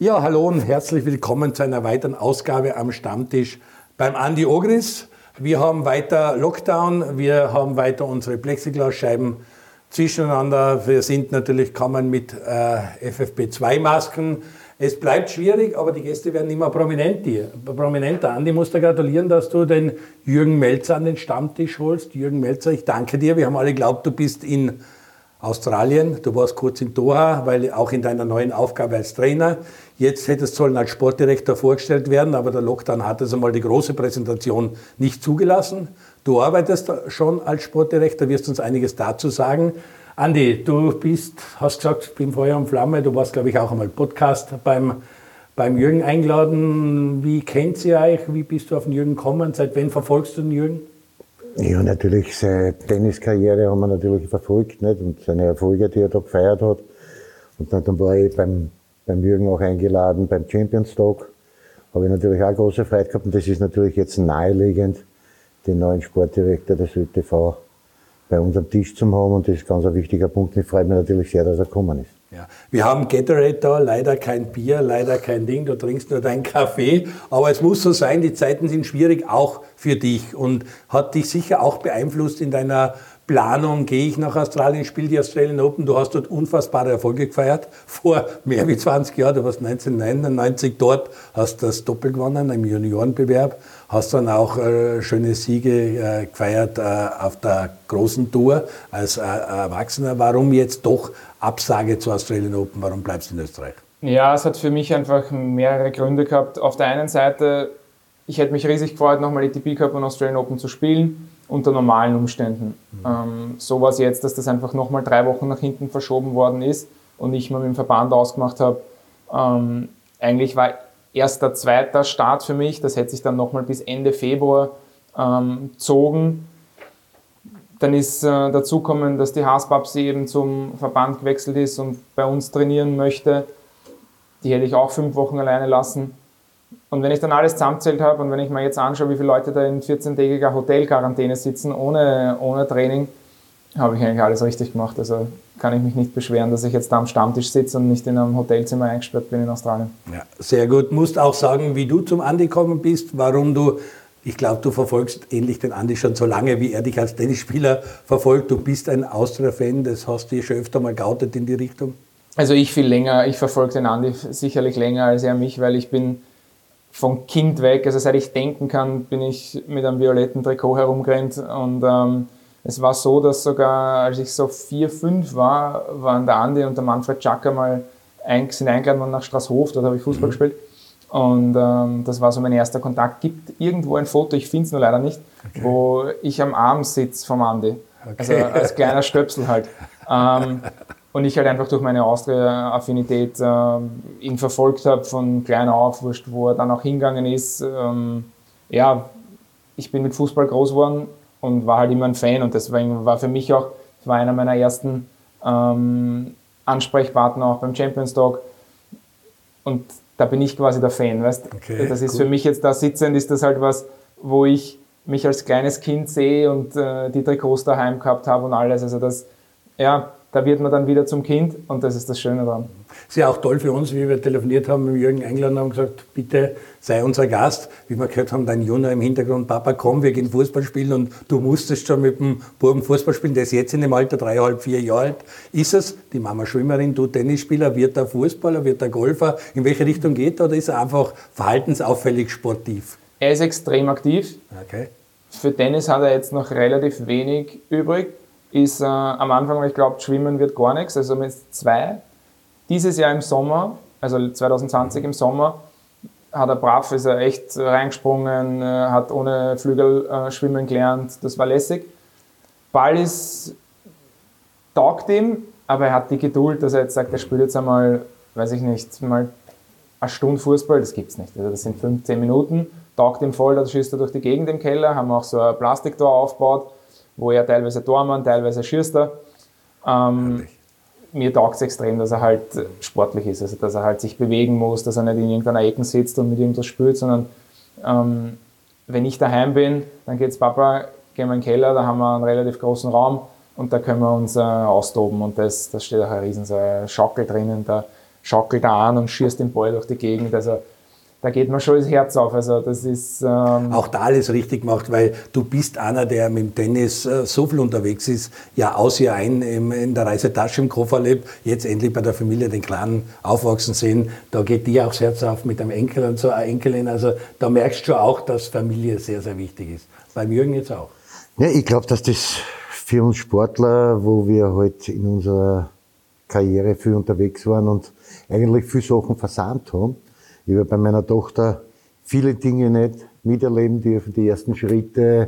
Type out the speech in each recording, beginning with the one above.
Ja, hallo und herzlich willkommen zu einer weiteren Ausgabe am Stammtisch beim Andi Ogris. Wir haben weiter Lockdown, wir haben weiter unsere Plexiglasscheiben zwischeneinander. Wir sind natürlich kommen mit FFP2-Masken. Es bleibt schwierig, aber die Gäste werden immer prominenter. Andi, ich muss dir gratulieren, dass du den Jürgen Melzer an den Stammtisch holst. Jürgen Melzer, ich danke dir. Wir haben alle geglaubt, du bist in Australien. Du warst kurz in Doha, weil auch in deiner neuen Aufgabe als Trainer. Jetzt hättest du als Sportdirektor vorgestellt werden, aber der Lockdown hat also mal die große Präsentation nicht zugelassen. Du arbeitest schon als Sportdirektor, wirst uns einiges dazu sagen. Andi, du hast gesagt, ich bin Feuer und Flamme. Du warst, glaube ich, auch einmal Podcast beim Jürgen eingeladen. Wie kennt ihr euch? Wie bist du auf den Jürgen gekommen? Seit wann verfolgst du den Jürgen? Ja, natürlich, seine Tenniskarriere haben wir natürlich verfolgt, nicht? Und seine Erfolge, die er da gefeiert hat. Und dann war ich beim Jürgen auch eingeladen beim Champions Talk. Habe ich natürlich auch große Freude gehabt. Und das ist natürlich jetzt naheliegend, den neuen Sportdirektor des ÖTV bei uns am Tisch zu haben. Und das ist ganz ein wichtiger Punkt. Ich freue mich natürlich sehr, dass er gekommen ist. Ja. Wir haben Gatorade da, leider kein Bier, leider kein Ding, du trinkst nur deinen Kaffee. Aber es muss so sein, die Zeiten sind schwierig, auch für dich. Und hat dich sicher auch beeinflusst in deiner Planung, gehe ich nach Australien, spiele die Australian Open. Du hast dort unfassbare Erfolge gefeiert, vor mehr wie 20 Jahren. Du warst 1999 dort, hast das Doppel gewonnen im Juniorenbewerb, hast dann auch schöne Siege gefeiert auf der großen Tour als Erwachsener. Warum jetzt doch Absage zur Australian Open? Warum bleibst du in Österreich? Ja, es hat für mich einfach mehrere Gründe gehabt. Auf der einen Seite, ich hätte mich riesig gefreut, nochmal ATP Cup und Australian Open zu spielen, unter normalen Umständen. So war es jetzt, dass das einfach nochmal 3 Wochen nach hinten verschoben worden ist und ich mir mit dem Verband ausgemacht habe, eigentlich war erst der zweite Start für mich, das hätte sich dann nochmal bis Ende Februar gezogen. Dann ist dazu gekommen, dass die Haas-Babsi eben zum Verband gewechselt ist und bei uns trainieren möchte. Die hätte ich auch 5 Wochen alleine lassen. Und wenn ich dann alles zusammenzählt habe und wenn ich mir jetzt anschaue, wie viele Leute da in 14-tägiger Hotelquarantäne sitzen, ohne Training, habe ich eigentlich alles richtig gemacht. Also kann ich mich nicht beschweren, dass ich jetzt da am Stammtisch sitze und nicht in einem Hotelzimmer eingesperrt bin in Australien. Ja, sehr gut. Musst auch sagen, wie du zum Andi gekommen bist, warum du, ich glaube, du verfolgst ähnlich den Andi schon so lange, wie er dich als Tennisspieler verfolgt. Du bist ein Austria-Fan, das hast du schon öfter mal geoutet in die Richtung. Also ich viel länger, ich verfolge den Andi sicherlich länger als er mich, weil ich bin von Kind weg, also seit ich denken kann, bin ich mit einem violetten Trikot herumgerannt und es war so, dass sogar, als ich so 4, 5 war, waren der Andi und der Manfred Czaka mal sind eingeladen worden nach Straßhof, dort habe ich Fußball gespielt und das war so mein erster Kontakt. Gibt irgendwo ein Foto, ich finde es nur leider nicht, wo ich am Arm sitze vom Andi, also als kleiner Stöpsel halt. Und ich halt einfach durch meine Austria-Affinität ihn verfolgt habe von klein auf, wurscht, wo er dann auch hingegangen ist. Ja, ich bin mit Fußball groß geworden und war halt immer ein Fan und deswegen war für mich auch, das war einer meiner ersten Ansprechpartner auch beim Champions Talk und da bin ich quasi der Fan, weißt? Okay, das ist cool. Für mich jetzt da sitzend, ist das halt was, wo ich mich als kleines Kind sehe und die Trikots daheim gehabt habe und alles, also das, ja, da wird man dann wieder zum Kind und das ist das Schöne daran. Ist ja auch toll für uns, wie wir telefoniert haben mit Jürgen eingeladen haben gesagt, bitte sei unser Gast. Wie wir gehört haben, dein Junior im Hintergrund, Papa komm, wir gehen Fußball spielen und du musstest schon mit dem Buben Fußball spielen, der ist jetzt in dem Alter, 3,5, 4 Jahre alt. Ist es, die Mama Schwimmerin, du Tennisspieler, wird er Fußballer, wird er Golfer, in welche Richtung geht er oder ist er einfach verhaltensauffällig sportiv? Er ist extrem aktiv. Okay. Für Tennis hat er jetzt noch relativ wenig übrig. Ist am Anfang, weil ich glaube, Schwimmen wird gar nichts, also mit 2. Dieses Jahr im Sommer, also 2020 im Sommer, hat er brav, ist er echt reingesprungen, hat ohne Flügel schwimmen gelernt, das war lässig. Ball taugt ihm, aber er hat die Geduld, dass er jetzt sagt, er spielt jetzt einmal, weiß ich nicht, mal eine Stunde Fußball, das gibt's nicht, also das sind 15 Minuten, taugt ihm voll, da schießt er durch die Gegend im Keller, haben auch so ein Plastiktor aufgebaut, wo er teilweise Tormann, teilweise schießt er. Mir taugt es extrem, dass er halt sportlich ist, also dass er halt sich bewegen muss, dass er nicht in irgendeiner Ecke sitzt und mit irgendwas spielt, sondern wenn ich daheim bin, dann geht's Papa, gehen wir in den Keller, da haben wir einen relativ großen Raum und da können wir uns austoben und das steht auch ein riesen so ein Schaukel drinnen, da schaukelt da an und schießt den Ball durch die Gegend. Also da geht mir schon das Herz auf. Also das ist auch da alles richtig gemacht, weil du bist einer, der mit dem Tennis so viel unterwegs ist, Jahr aus, Jahr ein in der Reisetasche im Koffer lebt, jetzt endlich bei der Familie den Kleinen aufwachsen sehen. Da geht dir auch das Herz auf mit einem Enkel und so eine Enkelin. Also da merkst du schon auch, dass Familie sehr, sehr wichtig ist. Beim Jürgen jetzt auch. Ja, ich glaube, dass das für uns Sportler, wo wir halt in unserer Karriere viel unterwegs waren und eigentlich viele Sachen versäumt haben. Ich habe bei meiner Tochter viele Dinge nicht miterleben dürfen, die ersten Schritte,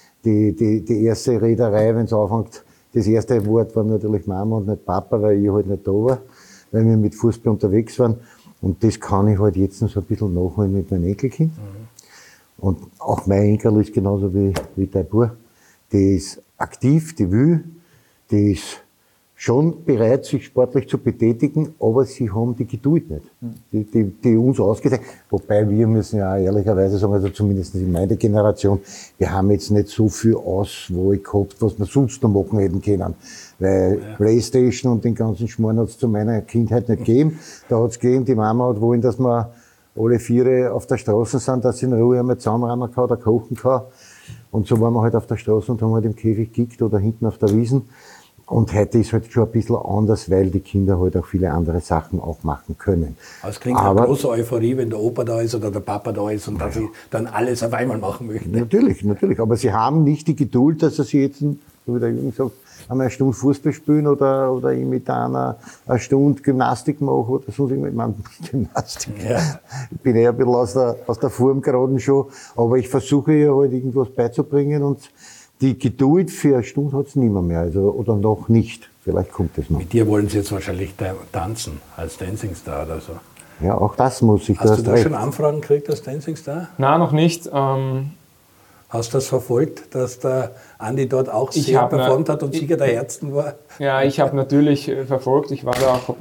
die erste Reederei, wenn es anfängt. Das erste Wort war natürlich Mama und nicht Papa, weil ich halt nicht da war, weil wir mit Fußball unterwegs waren. Und das kann ich halt jetzt noch so ein bisschen nachholen mit meinem Enkelkind. Und auch mein Enkel ist genauso wie dein Bub. Die ist aktiv, die will, die ist schon bereit, sich sportlich zu betätigen, aber sie haben die Geduld nicht, die uns ausgezeichnet. Wobei wir müssen ja auch ehrlicherweise sagen, also zumindest in meiner Generation, wir haben jetzt nicht so viel Auswahl gehabt, was wir sonst noch machen hätten können. Weil Playstation und den ganzen Schmarrn hat es zu meiner Kindheit nicht gegeben. Da hat es gegeben, die Mama hat wollen, dass wir alle vier auf der Straße sind, dass sie in Ruhe einmal zusammenräumen kann oder kochen kann. Und so waren wir halt auf der Straße und haben halt im Käfig gekickt oder hinten auf der Wiesn. Und heute ist halt schon ein bisschen anders, weil die Kinder halt auch viele andere Sachen auch machen können. Es klingt eine große Euphorie, wenn der Opa da ist oder der Papa da ist und dass sie dann alles auf einmal machen möchten. Natürlich. Aber sie haben nicht die Geduld, dass sie jetzt, so wie der Jürgen sagt, einmal eine Stunde Fußball spielen oder ich mit einer eine Stunde Gymnastik mache oder sonst irgendwas. Ich meine, Gymnastik. Ja. Ich bin eher ein bisschen aus der Form geraten schon, aber ich versuche ihr halt irgendwas beizubringen und die Geduld für eine Stunde hat es niemand mehr, also, oder noch nicht. Vielleicht kommt es noch. Mit dir wollen sie jetzt wahrscheinlich tanzen, als Dancing Star oder so. Ja, auch das muss ich. Hast du da schon Anfragen gekriegt als Dancing Star? Nein, noch nicht. Hast du das verfolgt, dass der Andi dort auch sehr performt hat und Sieger der Herzen war? Ja, ich habe natürlich verfolgt. Ich war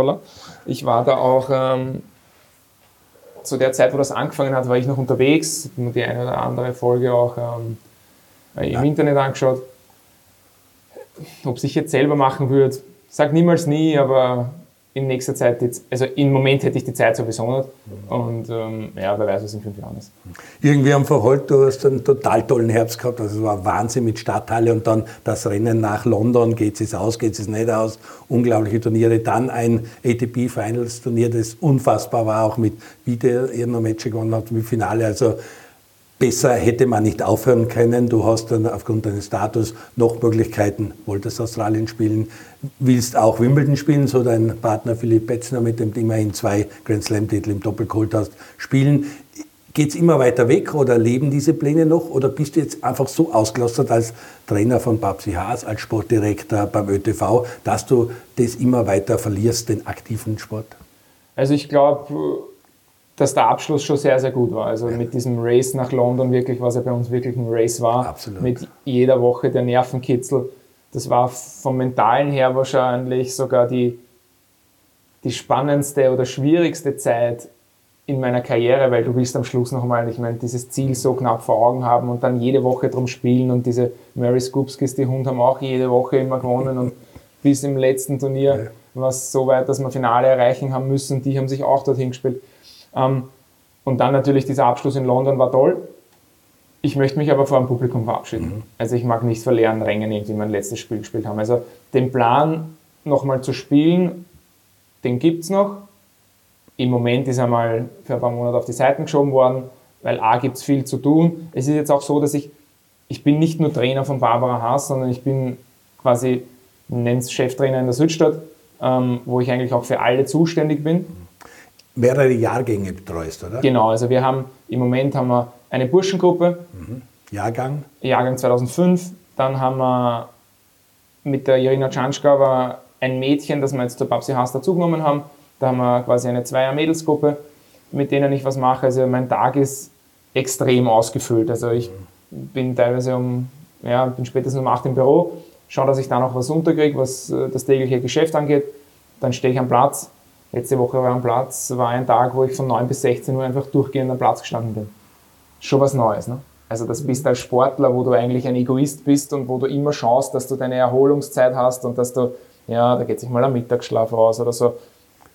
da auch zu der Zeit, wo das angefangen hat, war ich noch unterwegs. Ich habe mir die eine oder andere Folge auch im Internet angeschaut. Ob ich jetzt selber machen würde, sag niemals nie, aber in nächster Zeit, also im Moment hätte ich die Zeit sowieso nicht. Und wer weiß, was in 5 Jahren ist. Irgendwie am Verholt, du hast einen total tollen Herbst gehabt. Also es war Wahnsinn mit Stadthalle und dann das Rennen nach London. Geht es aus, geht es nicht aus? Unglaubliche Turniere. Dann ein ATP Finals Turnier, das unfassbar war, auch mit Wiede, ihr noch Match gewonnen hat, mit Finale. Also besser hätte man nicht aufhören können. Du hast dann aufgrund deines Status noch Möglichkeiten, wolltest Australien spielen, willst auch Wimbledon spielen, so dein Partner Philipp Petzner, mit dem du immerhin 2 Grand Slam-Titel im Doppel geholt hast, spielen. Geht es immer weiter weg oder leben diese Pläne noch? Oder bist du jetzt einfach so ausgelastet als Trainer von Babsi Haas, als Sportdirektor beim ÖTV, dass du das immer weiter verlierst, den aktiven Sport? Also ich glaube, dass der Abschluss schon sehr, sehr gut war. Also mit diesem Race nach London wirklich, was ja bei uns wirklich ein Race war. Absolut. Mit jeder Woche der Nervenkitzel. Das war vom Mentalen her wahrscheinlich sogar die spannendste oder schwierigste Zeit in meiner Karriere, weil du willst am Schluss nochmal, ich meine, dieses Ziel so knapp vor Augen haben und dann jede Woche drum spielen und diese Mary Skupskis, die Hund, haben auch jede Woche immer gewonnen und bis im letzten Turnier war es so weit, dass wir Finale erreichen haben müssen, die haben sich auch dorthin gespielt. Und dann natürlich dieser Abschluss in London war toll. Ich möchte mich aber vor dem Publikum verabschieden. Also ich mag nicht vor leeren Rängen irgendwie mein letztes Spiel gespielt haben. Also den Plan, nochmal zu spielen, den gibt es noch. Im Moment ist er mal für ein paar Monate auf die Seiten geschoben worden, weil gibt es viel zu tun. Es ist jetzt auch so, dass ich bin nicht nur Trainer von Barbara Haas, sondern ich bin quasi, nenne es Cheftrainer in der Südstadt, wo ich eigentlich auch für alle zuständig bin. Mehrere Jahrgänge betreust, oder? Genau, also im Moment haben wir eine Burschengruppe. Jahrgang 2005. Dann haben wir mit der Irina Czanczka ein Mädchen, das wir jetzt zur Babsi Haas dazugenommen haben. Da haben wir quasi eine Zweier-Mädelsgruppe, mit denen ich was mache. Also mein Tag ist extrem ausgefüllt. Also ich bin teilweise bin spätestens um 8 im Büro, schaue, dass ich da noch was unterkriege, was das tägliche Geschäft angeht. Dann stehe ich am Platz. Letzte Woche war am Platz, war ein Tag, wo ich von 9 bis 16 Uhr einfach durchgehend am Platz gestanden bin. Schon was Neues, ne? Also das bist als Sportler, wo du eigentlich ein Egoist bist und wo du immer schaust, dass du deine Erholungszeit hast und dass du, da geht sich mal ein Mittagsschlaf raus oder so.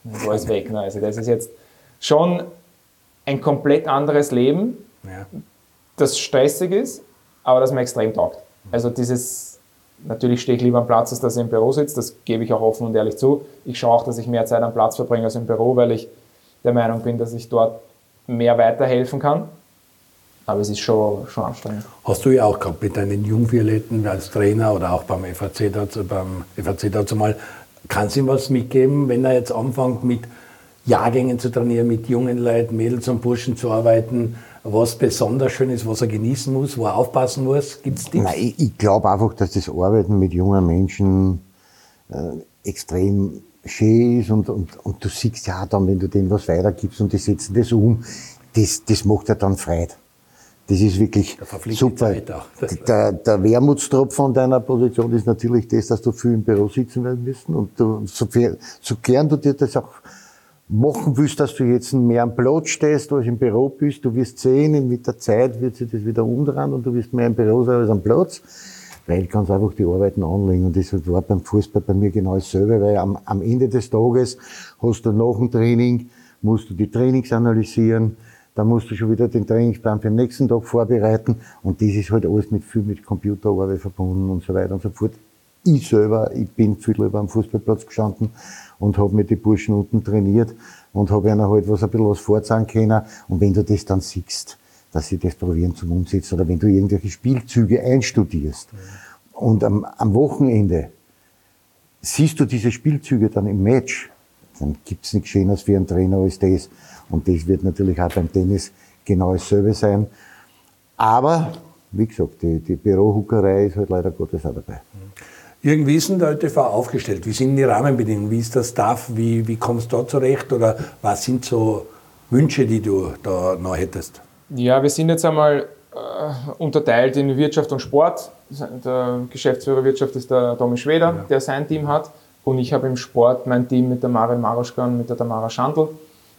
und alles weg. Ne? Also das ist jetzt schon ein komplett anderes Leben, das stressig ist, aber das mir extrem taugt. Also natürlich stehe ich lieber am Platz, als dass ich im Büro sitze, das gebe ich auch offen und ehrlich zu. Ich schaue auch, dass ich mehr Zeit am Platz verbringe als im Büro, weil ich der Meinung bin, dass ich dort mehr weiterhelfen kann. Aber es ist schon anstrengend. Hast du ja auch gehabt mit deinen Jungvioleten als Trainer oder auch beim FAC dazu mal. Kannst du ihm was mitgeben, wenn er jetzt anfängt mit Jahrgängen zu trainieren, mit jungen Leuten, Mädels und Burschen zu arbeiten, was besonders schön ist, was er genießen muss, wo er aufpassen muss? Gibt es Tipps? Nein, ich glaube einfach, dass das Arbeiten mit jungen Menschen extrem schön ist und du siehst ja dann, wenn du denen was weitergibst und die setzen das um, das macht ja dann Freude. Das ist wirklich super. Der Wermutstropfen an deiner Position ist natürlich das, dass du viel im Büro sitzen werden müssen und so gern du dir das auch machen willst, dass du jetzt mehr am Platz stehst, als im Büro bist, du wirst sehen, mit der Zeit wird sich das wieder umdrehen und du wirst mehr im Büro sein als am Platz, weil du kannst einfach die Arbeiten anlegen und das war beim Fußball bei mir genau dasselbe, weil am Ende des Tages hast du nach dem Training, musst du die Trainings analysieren, dann musst du schon wieder den Trainingsplan für den nächsten Tag vorbereiten und das ist halt alles mit Computerarbeit verbunden und so weiter und so fort. Ich bin viel lieber am Fußballplatz gestanden und habe mit den Burschen unten trainiert und habe ihnen halt ein bisschen was vorzeigen können. Und wenn du das dann siehst, dass sie das probieren zum Umsetzen oder wenn du irgendwelche Spielzüge einstudierst und am Wochenende siehst du diese Spielzüge dann im Match, dann gibt's nichts Schöneres für einen Trainer als das. Und das wird natürlich auch beim Tennis genau dasselbe sein. Aber, wie gesagt, die Bürohuckerei ist halt leider Gottes auch dabei. Jürgen, wie ist denn der ÖTV aufgestellt? Wie sind die Rahmenbedingungen? Wie ist der Staff? Wie kommst du da zurecht? Oder was sind so Wünsche, die du da noch hättest? Ja, wir sind jetzt einmal unterteilt in Wirtschaft und Sport. Der Geschäftsführer Wirtschaft ist der Tommy Schweder, der sein Team hat. Und ich habe im Sport mein Team mit der Marin Maroschka und mit der Tamara Schandl.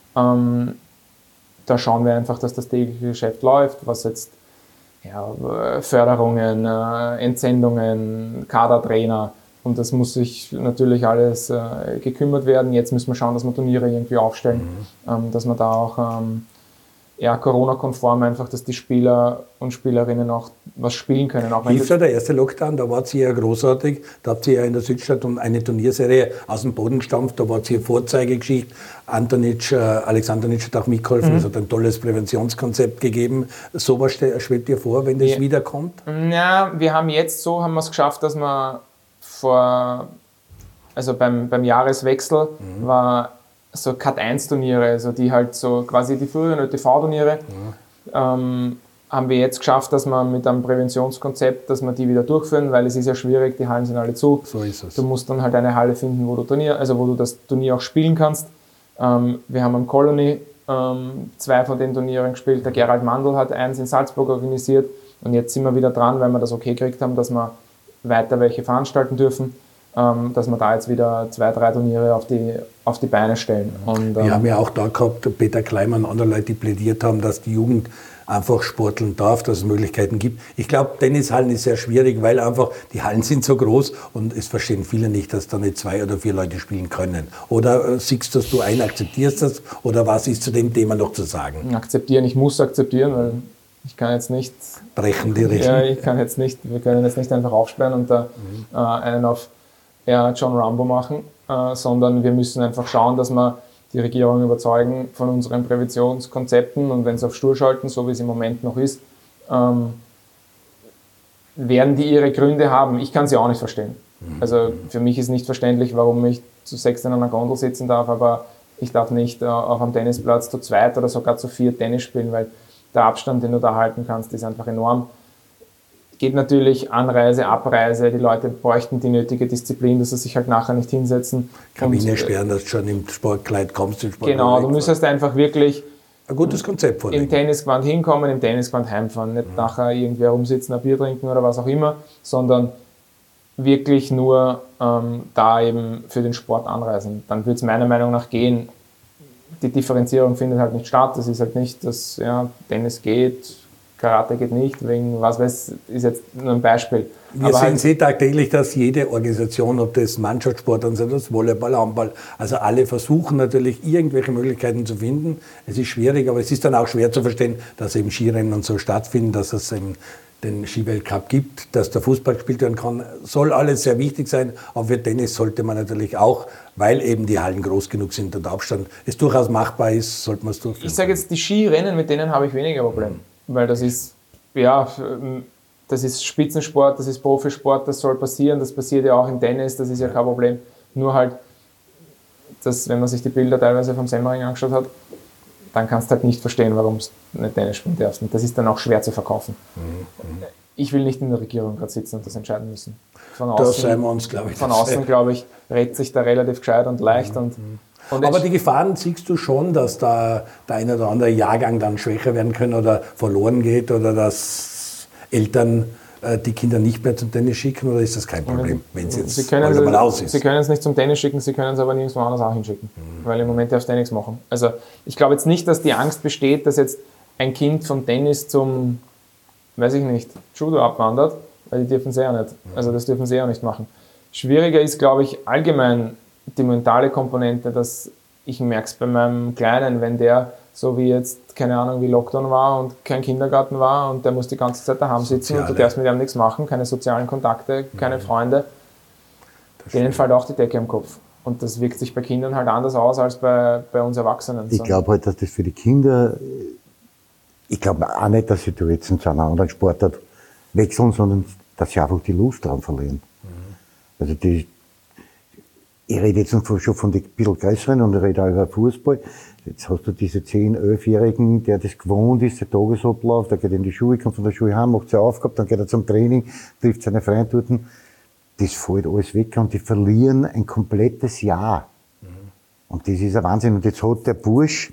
Da schauen wir einfach, dass das tägliche Geschäft läuft, was jetzt Förderungen, Entsendungen, Kadertrainer und das muss sich natürlich alles gekümmert werden. Jetzt müssen wir schauen, dass wir Turniere irgendwie aufstellen, dass wir da auch Corona-konform einfach, dass die Spieler und Spielerinnen auch was spielen können. Auch Hilft ja der erste Lockdown, da war es ja großartig, da habt ihr ja in der Südstadt eine Turnierserie aus dem Boden gestampft, da war es hier Vorzeigegeschichte, Alexander Nitsch hat auch mitgeholfen, es hat ein tolles Präventionskonzept gegeben. Sowas schwebt dir vor, wenn das wiederkommt? Ja, wir haben es geschafft, dass wir beim Jahreswechsel war so Cut-1-Turniere, also die halt so quasi die früheren ÖTV-Turniere, haben wir jetzt geschafft, dass wir mit einem Präventionskonzept, dass wir die wieder durchführen, weil es ist ja schwierig, die Hallen sind alle zu. So ist es. Du musst dann halt eine Halle finden, wo du das Turnier auch spielen kannst. Wir haben am Colony 2 von den Turnieren gespielt, der Gerald Mandl hat eins in Salzburg organisiert und jetzt sind wir wieder dran, weil wir das okay gekriegt haben, dass wir weiter welche veranstalten dürfen. Dass wir da jetzt wieder 2, 3 Turniere auf die Beine stellen. Und, wir haben ja auch da gehabt, Peter Kleimann und andere Leute, die plädiert haben, dass die Jugend einfach sporteln darf, dass es Möglichkeiten gibt. Ich glaube, Tennishallen ist sehr schwierig, weil einfach die Hallen sind so groß und es verstehen viele nicht, dass da nicht 2 oder 4 Leute spielen können. Oder siehst du das akzeptierst das oder was ist zu dem Thema noch zu sagen? Akzeptieren, ich muss akzeptieren, weil ich kann jetzt nicht... Brechen die Regeln? Ja, wir können jetzt nicht einfach aufsperren und da einen auf John Rambo machen, sondern wir müssen einfach schauen, dass wir die Regierung überzeugen von unseren Präventionskonzepten und wenn sie auf Stur schalten, so wie es im Moment noch ist, werden die ihre Gründe haben. Ich kann sie auch nicht verstehen. Also für mich ist nicht verständlich, warum ich zu 6 in einer Gondel sitzen darf, aber ich darf nicht auf einem Tennisplatz zu 2 oder sogar zu 4 Tennis spielen, weil der Abstand, den du da halten kannst, ist einfach enorm. Geht natürlich Anreise, Abreise, die Leute bräuchten die nötige Disziplin, dass sie sich halt nachher nicht hinsetzen. Kabine sperren, dass du schon im Sportkleid kommst. Genau, du müsstest einfach wirklich ein gutes Konzept vorlegen. Im Tennisgewand hinkommen, im Tennisgewand heimfahren. Nicht nachher irgendwie rumsitzen, ein Bier trinken oder was auch immer, sondern wirklich nur da eben für den Sport anreisen. Dann würde es meiner Meinung nach gehen. Die Differenzierung findet halt nicht statt. Das ist halt nicht, dass Tennis geht, Karate geht nicht, wegen was weiß, ist jetzt nur ein Beispiel. Wir sehen sehr tagtäglich, dass jede Organisation, ob das Mannschaftssport ist, das Volleyball, Handball, also alle versuchen natürlich irgendwelche Möglichkeiten zu finden. Es ist schwierig, aber es ist dann auch schwer zu verstehen, dass eben Skirennen und so stattfinden, dass es eben den Skiweltcup gibt, dass der Fußball gespielt werden kann. Soll alles sehr wichtig sein, aber für Tennis sollte man natürlich auch, weil eben die Hallen groß genug sind und der Abstand es durchaus machbar ist, sollte man es durchführen. Ich sage jetzt, die Skirennen, mit denen habe ich weniger Probleme, weil das ist, ja, das ist Spitzensport, das ist Profisport, das soll passieren, das passiert ja auch im Tennis, das ist ja kein Problem. Nur halt, dass, wenn man sich die Bilder teilweise vom Semmering angeschaut hat, dann kannst du halt nicht verstehen, warum du nicht Tennis spielen darfst. Und das ist dann auch schwer zu verkaufen. Ich will nicht in der Regierung gerade sitzen und das entscheiden müssen. Von außen, glaube ich, redet sich da relativ gescheit und leicht. Aber die Gefahren siehst du schon, dass da der eine oder andere Jahrgang dann schwächer werden können oder verloren geht oder dass Eltern die Kinder nicht mehr zum Tennis schicken, oder ist das kein Problem, wenn es jetzt mal aus ist? Sie können es nicht zum Tennis schicken, sie können es aber nirgendwo anders auch hinschicken, weil im Moment darfst du nichts machen. Also ich glaube jetzt nicht, dass die Angst besteht, dass jetzt ein Kind vom Tennis zum, weiß ich nicht, Judo abwandert, weil die dürfen sie ja nicht. Also das dürfen sie ja nicht machen. Schwieriger ist, glaube ich, allgemein die mentale Komponente, dass ich merke es bei meinem Kleinen, wenn der, so wie jetzt, keine Ahnung, wie Lockdown war und kein Kindergarten war und der muss die ganze Zeit daheim sitzen und du darfst mit ihm nichts machen, keine sozialen Kontakte, keine Freunde, denen fällt auch die Decke am Kopf. Und das wirkt sich bei Kindern halt anders aus als bei uns Erwachsenen. Ich glaube halt, dass das für die Kinder, ich glaube auch nicht, dass sie da jetzt zu einer anderen Sportart wechseln, sondern dass sie einfach die Lust daran verlieren. Also ich rede jetzt schon von den bisschen größeren und ich rede auch über Fußball. Jetzt hast du diese 10-, 11-Jährigen, der das gewohnt ist, der Tagesablauf, der geht in die Schule, kommt von der Schule heim, macht seine Aufgabe, dann geht er zum Training, trifft seine Freunde dort. Das fällt alles weg und die verlieren ein komplettes Jahr. Und das ist ein Wahnsinn. Und jetzt hat der Bursch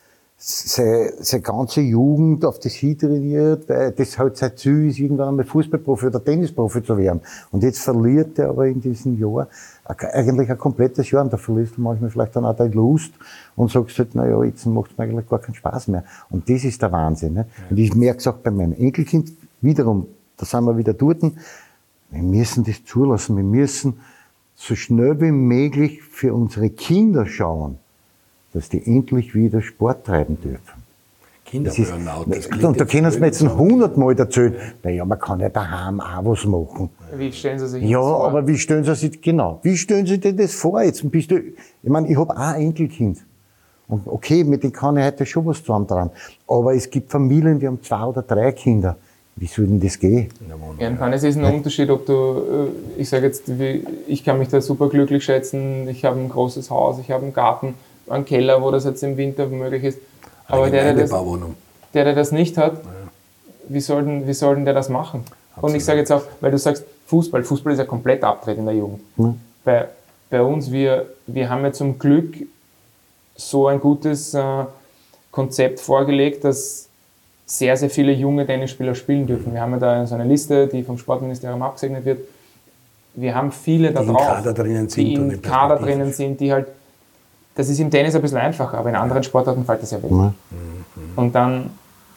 seine ganze Jugend auf das hintrainiert, weil das halt sein Ziel ist, irgendwann einmal Fußballprofi oder Tennisprofi zu werden. Und jetzt verliert er aber in diesem Jahr eigentlich ein komplettes Jahr und da verlierst du manchmal vielleicht dann auch deine Lust und sagst halt, naja, jetzt macht es mir eigentlich gar keinen Spaß mehr. Und das ist der Wahnsinn. Ne? Und ich merke es auch bei meinem Enkelkind wiederum, da sind wir wieder dort, wir müssen das zulassen, wir müssen so schnell wie möglich für unsere Kinder schauen, dass die endlich wieder Sport treiben dürfen. Kinderburnout. Und da können Sie mir jetzt 100-mal erzählen, naja, man kann ja daheim auch was machen. Wie stellen Sie sich das vor? Ja, vor? aber wie stellen Sie sich, genau, wie stellen Sie denn das vor? Jetzt bist du, ich meine, ich habe auch ein Enkelkind. Und okay, mit denen kann ich heute schon was zusammen dran. Aber es gibt Familien, die haben 2 oder 3 Kinder. Wie soll denn das gehen? Ja, es ist ein Unterschied, ob du, ich sage jetzt, ich kann mich da super glücklich schätzen, ich habe ein großes Haus, ich habe einen Garten, einen Keller, wo das jetzt im Winter möglich ist. Aber der das nicht hat, wie soll denn der das machen? Absolut. Und ich sage jetzt auch, weil du sagst, Fußball ist ja komplett abgedreht in der Jugend. Bei uns, wir haben ja zum Glück so ein gutes Konzept vorgelegt, dass sehr, sehr viele junge Tennisspieler spielen dürfen. Wir haben ja da so eine Liste, die vom Sportministerium abgesegnet wird. Wir haben viele da drauf, die im Kader drinnen sind, die halt, das ist im Tennis ein bisschen einfacher, aber in anderen Sportarten fällt das ja weg. Und dann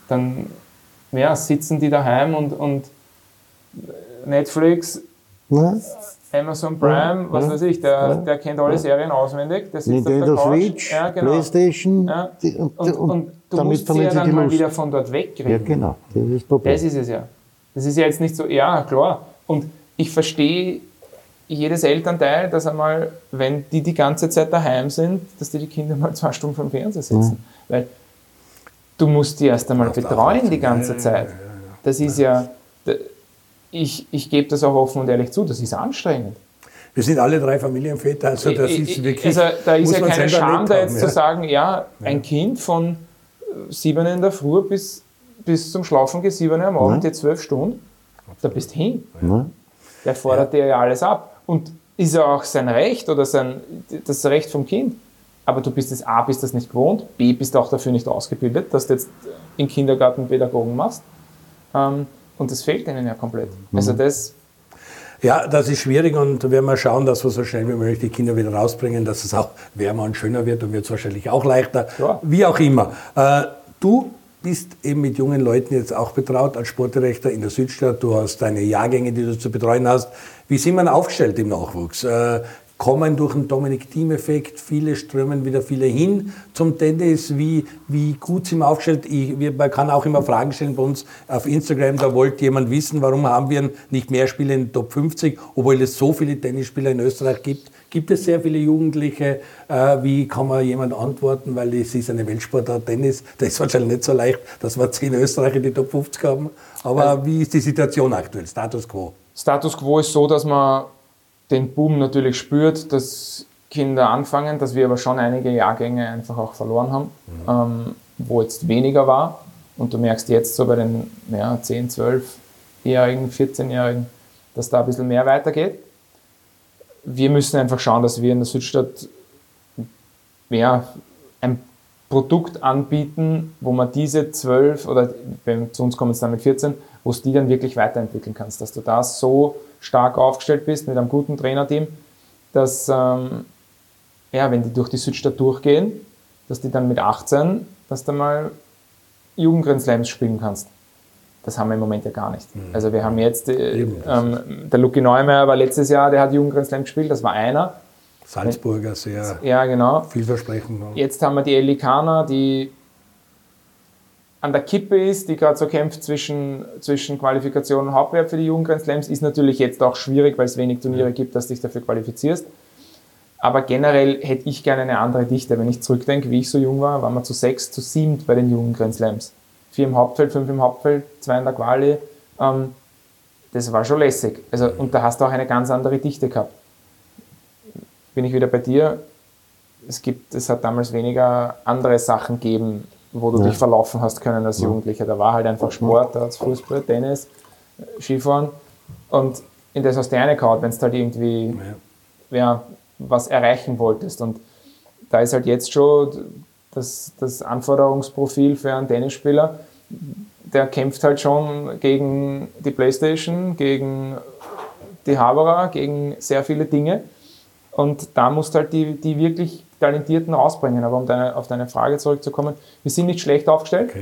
sitzen die daheim und Netflix, Amazon Prime, was weiß ich, der kennt alle Serien auswendig. Der sitzt Nintendo auf der Couch, Switch, Playstation. Und du musst sie ja dann mal wieder von dort wegkriegen. Ja, genau, das ist das Problem. Das ist es ja. Das ist ja jetzt nicht so, ja, klar. Und ich verstehe jedes Elternteil, dass einmal, wenn die ganze Zeit daheim sind, dass die Kinder mal 2 Stunden vom Fernseher sitzen. Weil du musst die erst einmal betreuen die ganze Zeit. Das ist ja, ich gebe das auch offen und ehrlich zu, das ist anstrengend. Wir sind alle 3 Familienväter, also das ist wirklich... Also da ist ja keine Scham, da jetzt zu sagen, ein Kind von 7 in der Früh bis zum Schlafen geht 7 am Abend, jetzt 12 Stunden, da bist du hin. Der fordert dir ja alles ab. Und ist ja auch sein Recht oder das Recht vom Kind. Aber du bist das nicht gewohnt, B, bist auch dafür nicht ausgebildet, dass du jetzt im Kindergarten Pädagogen machst. Und das fehlt ihnen ja komplett. Also das ist schwierig und werden wir schauen, dass wir so schnell wie möglich die Kinder wieder rausbringen, dass es auch wärmer und schöner wird und wird es wahrscheinlich auch leichter. Ja. Wie auch immer. Du bist eben mit jungen Leuten jetzt auch betraut als Sportdirektor in der Südstadt. Du hast deine Jahrgänge, die du zu betreuen hast. Wie sind wir aufgestellt im Nachwuchs? Kommen durch den Dominik-Thiem-Effekt, viele strömen wieder viele hin zum Tennis. Wie gut sind wir aufgestellt? Man kann auch immer Fragen stellen bei uns auf Instagram. Da wollte jemand wissen, warum haben wir nicht mehr Spiele in den Top 50, obwohl es so viele Tennisspieler in Österreich gibt. Gibt es sehr viele Jugendliche? Wie kann man jemand antworten? Weil es ist eine Weltsportart Tennis. Das ist wahrscheinlich nicht so leicht, dass wir 10 Österreicher in die Top 50 haben. Aber wie ist die Situation aktuell? Status quo? Status quo ist so, dass man den Boom natürlich spürt, dass Kinder anfangen, dass wir aber schon einige Jahrgänge einfach auch verloren haben, wo jetzt weniger war. Und du merkst jetzt so bei den 10-, 12-Jährigen, 14-Jährigen, dass da ein bisschen mehr weitergeht. Wir müssen einfach schauen, dass wir in der Südstadt ein Produkt anbieten, wo man diese 12 oder zu uns kommen es dann mit 14, wo es die dann wirklich weiterentwickeln kannst, dass du da so stark aufgestellt bist mit einem guten Trainerteam, dass wenn die durch die Südstadt durchgehen, dass die dann mit 18, dass du mal Jugend-Grand Slams spielen kannst. Das haben wir im Moment ja gar nicht. Also wir haben jetzt, der Luki Neumeier war letztes Jahr, der hat Jugend-Grand Slam gespielt, das war einer. Salzburger, sehr vielversprechend. Jetzt haben wir die Ellie Kahner, die an der Kippe ist, die gerade so kämpft zwischen Qualifikation und Hauptwerb für die Jugend-Grand Slams, ist natürlich jetzt auch schwierig, weil es wenig Turniere gibt, dass du dich dafür qualifizierst. Aber generell hätte ich gerne eine andere Dichte. Wenn ich zurückdenke, wie ich so jung war, waren wir zu 6, zu 7 bei den Jugend-Grand Slams. 4 im Hauptfeld, 5 im Hauptfeld, 2 in der Quali. Das war schon lässig. Also, und da hast du auch eine ganz andere Dichte gehabt. Bin ich wieder bei dir. Es hat damals weniger andere Sachen gegeben, wo du dich verlaufen hast können als Jugendlicher. Da war halt einfach Sport, da hat es Fußball, Tennis, Skifahren. Und in das hast du reingehauen, wenn du halt irgendwie was erreichen wolltest. Und da ist halt jetzt schon das Anforderungsprofil für einen Tennisspieler, der kämpft halt schon gegen die Playstation, gegen die Haberer, gegen sehr viele Dinge. Und da musst du halt die wirklich Talentierten rausbringen. Aber um auf deine Frage zurückzukommen, wir sind nicht schlecht aufgestellt,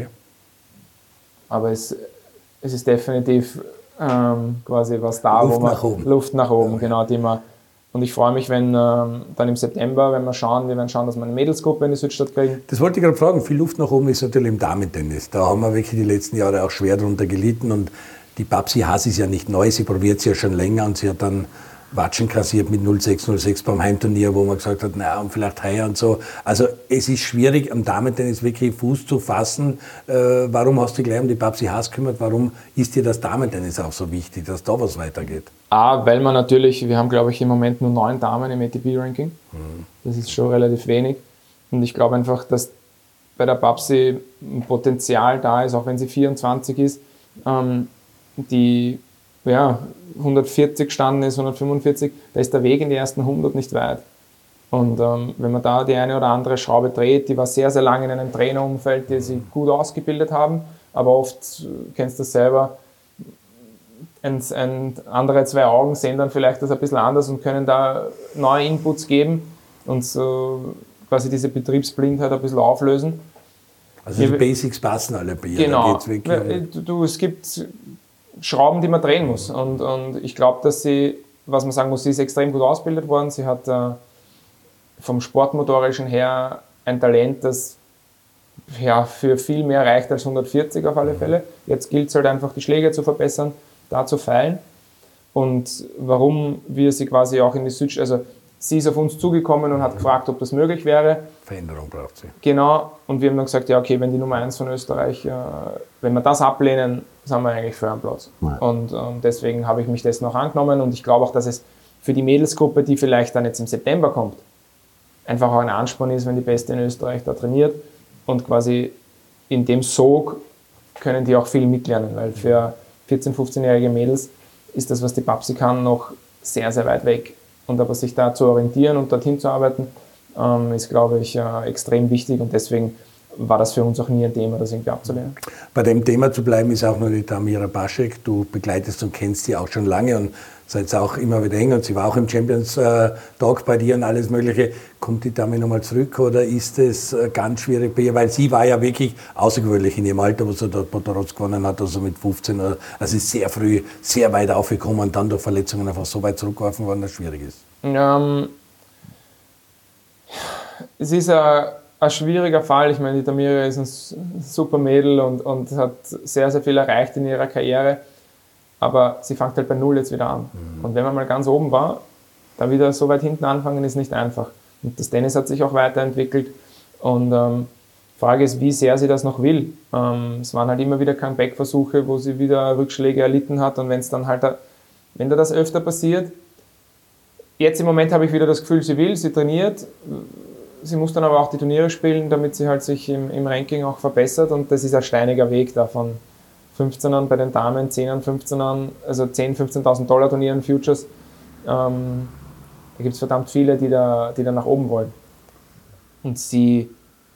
aber es ist definitiv quasi was da, Luft nach oben, genau, die man. Und ich freue mich, wenn dann im September, wir werden schauen, dass wir eine Mädelsgruppe in die Südstadt kriegen. Das wollte ich gerade fragen. Viel Luft nach oben ist natürlich im Damentennis. Da haben wir wirklich die letzten Jahre auch schwer darunter gelitten. Und die Babsi Haas ist ja nicht neu, sie probiert es ja schon länger und sie hat dann Watschen kassiert mit 0-6 beim Heimturnier, wo man gesagt hat, naja, und vielleicht heuer und so. Also es ist schwierig, am Damentennis wirklich Fuß zu fassen. Warum hast du gleich um die Babsi Haas gekümmert? Warum ist dir das Damentennis auch so wichtig, dass da was weitergeht? Weil man natürlich, wir haben glaube ich im Moment nur 9 Damen im ATP-Ranking. Das ist schon relativ wenig. Und ich glaube einfach, dass bei der Babsi ein Potenzial da ist, auch wenn sie 24 ist, die 140 gestanden ist, 145, da ist der Weg in die ersten 100 nicht weit. Und wenn man da die eine oder andere Schraube dreht, die war sehr, sehr lange in einem Trainerumfeld, die sie gut ausgebildet haben, aber oft, kennst du das selber, andere 2 Augen sehen dann vielleicht das ein bisschen anders und können da neue Inputs geben und so quasi diese Betriebsblindheit ein bisschen auflösen. Also die Basics passen alle bei ihr. Genau. Es gibt Schrauben, die man drehen muss. Und ich glaube, dass sie, was man sagen muss, sie ist extrem gut ausgebildet worden. Sie hat vom Sportmotorischen her ein Talent, das für viel mehr reicht als 140 auf alle Fälle. Jetzt gilt es halt einfach, die Schläge zu verbessern, da zu feilen. Und warum wir sie quasi auch in die Südstadt, also sie ist auf uns zugekommen und hat gefragt, ob das möglich wäre. Veränderung braucht sie. Genau, und wir haben dann gesagt, ja okay, wenn die Nummer 1 von Österreich, wenn wir das ablehnen, sind wir eigentlich für einen Platz. Ja. Und deswegen habe ich mich dessen auch angenommen und ich glaube auch, dass es für die Mädelsgruppe, die vielleicht dann jetzt im September kommt, einfach auch ein Ansporn ist, wenn die Beste in Österreich da trainiert und quasi in dem Sog können die auch viel mitlernen, weil für 14-, 15-jährige Mädels ist das, was die Babsi kann, noch sehr, sehr weit weg. Und aber sich da zu orientieren und dorthin zu arbeiten, ist, glaube ich, extrem wichtig und deswegen war das für uns auch nie ein Thema, das irgendwie abzulehnen. Bei dem Thema zu bleiben ist auch noch die Tamira Baschek. Du begleitest und kennst sie auch schon lange und seid auch immer wieder eng und sie war auch im Champions Tag bei dir und alles Mögliche. Kommt die Dame nochmal zurück oder ist es ganz schwierig bei ihr? Weil sie war ja wirklich außergewöhnlich in ihrem Alter, wo sie dort Potoroz gewonnen hat, also mit 15. Also ist sehr früh, sehr weit aufgekommen und dann durch Verletzungen einfach so weit zurückgeworfen worden, dass es schwierig ist. Es ist ein schwieriger Fall. Ich meine, die Tamira ist ein super Mädel und hat sehr, sehr viel erreicht in ihrer Karriere. Aber sie fängt halt bei Null jetzt wieder an. Und wenn man mal ganz oben war, da wieder so weit hinten anfangen, ist nicht einfach. Und das Tennis hat sich auch weiterentwickelt. Und Frage ist, wie sehr sie das noch will. Es waren halt immer wieder Comeback-Versuche, wo sie wieder Rückschläge erlitten hat. Und wenn es dann halt, wenn da das öfter passiert, jetzt im Moment habe ich wieder das Gefühl, sie will, sie trainiert. Sie muss dann aber auch die Turniere spielen, damit sie halt sich im Ranking auch verbessert. Und das ist ein steiniger Weg davon. 15ern bei den Damen, 10ern, 15ern, also 10.000, 15.000 Dollar Turnieren, Futures. Da gibt es verdammt viele, die da nach oben wollen. Und sie,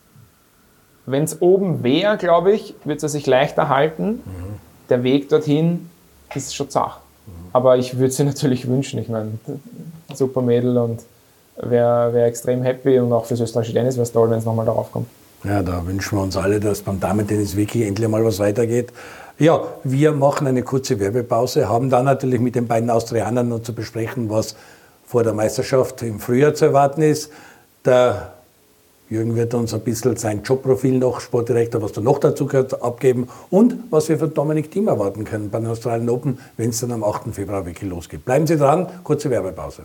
wenn es oben wäre, glaube ich, würde sie sich leichter halten. Der Weg dorthin ist schon zart. Aber ich würde sie natürlich wünschen. Ich meine, super Mädel und wäre extrem happy und auch fürs österreichische Tennis wäre es toll, wenn es nochmal darauf kommt. Ja, da wünschen wir uns alle, dass beim Damen-Tennis wirklich endlich mal was weitergeht. Ja, wir machen eine kurze Werbepause, haben dann natürlich mit den beiden Austrianern noch zu besprechen, was vor der Meisterschaft im Frühjahr zu erwarten ist. Der Jürgen wird uns ein bisschen sein Jobprofil noch, Sportdirektor, was da noch dazu gehört, abgeben und was wir von Dominic Thiem erwarten können bei den Australian Open, wenn es dann am 8. Februar wirklich losgeht. Bleiben Sie dran, kurze Werbepause.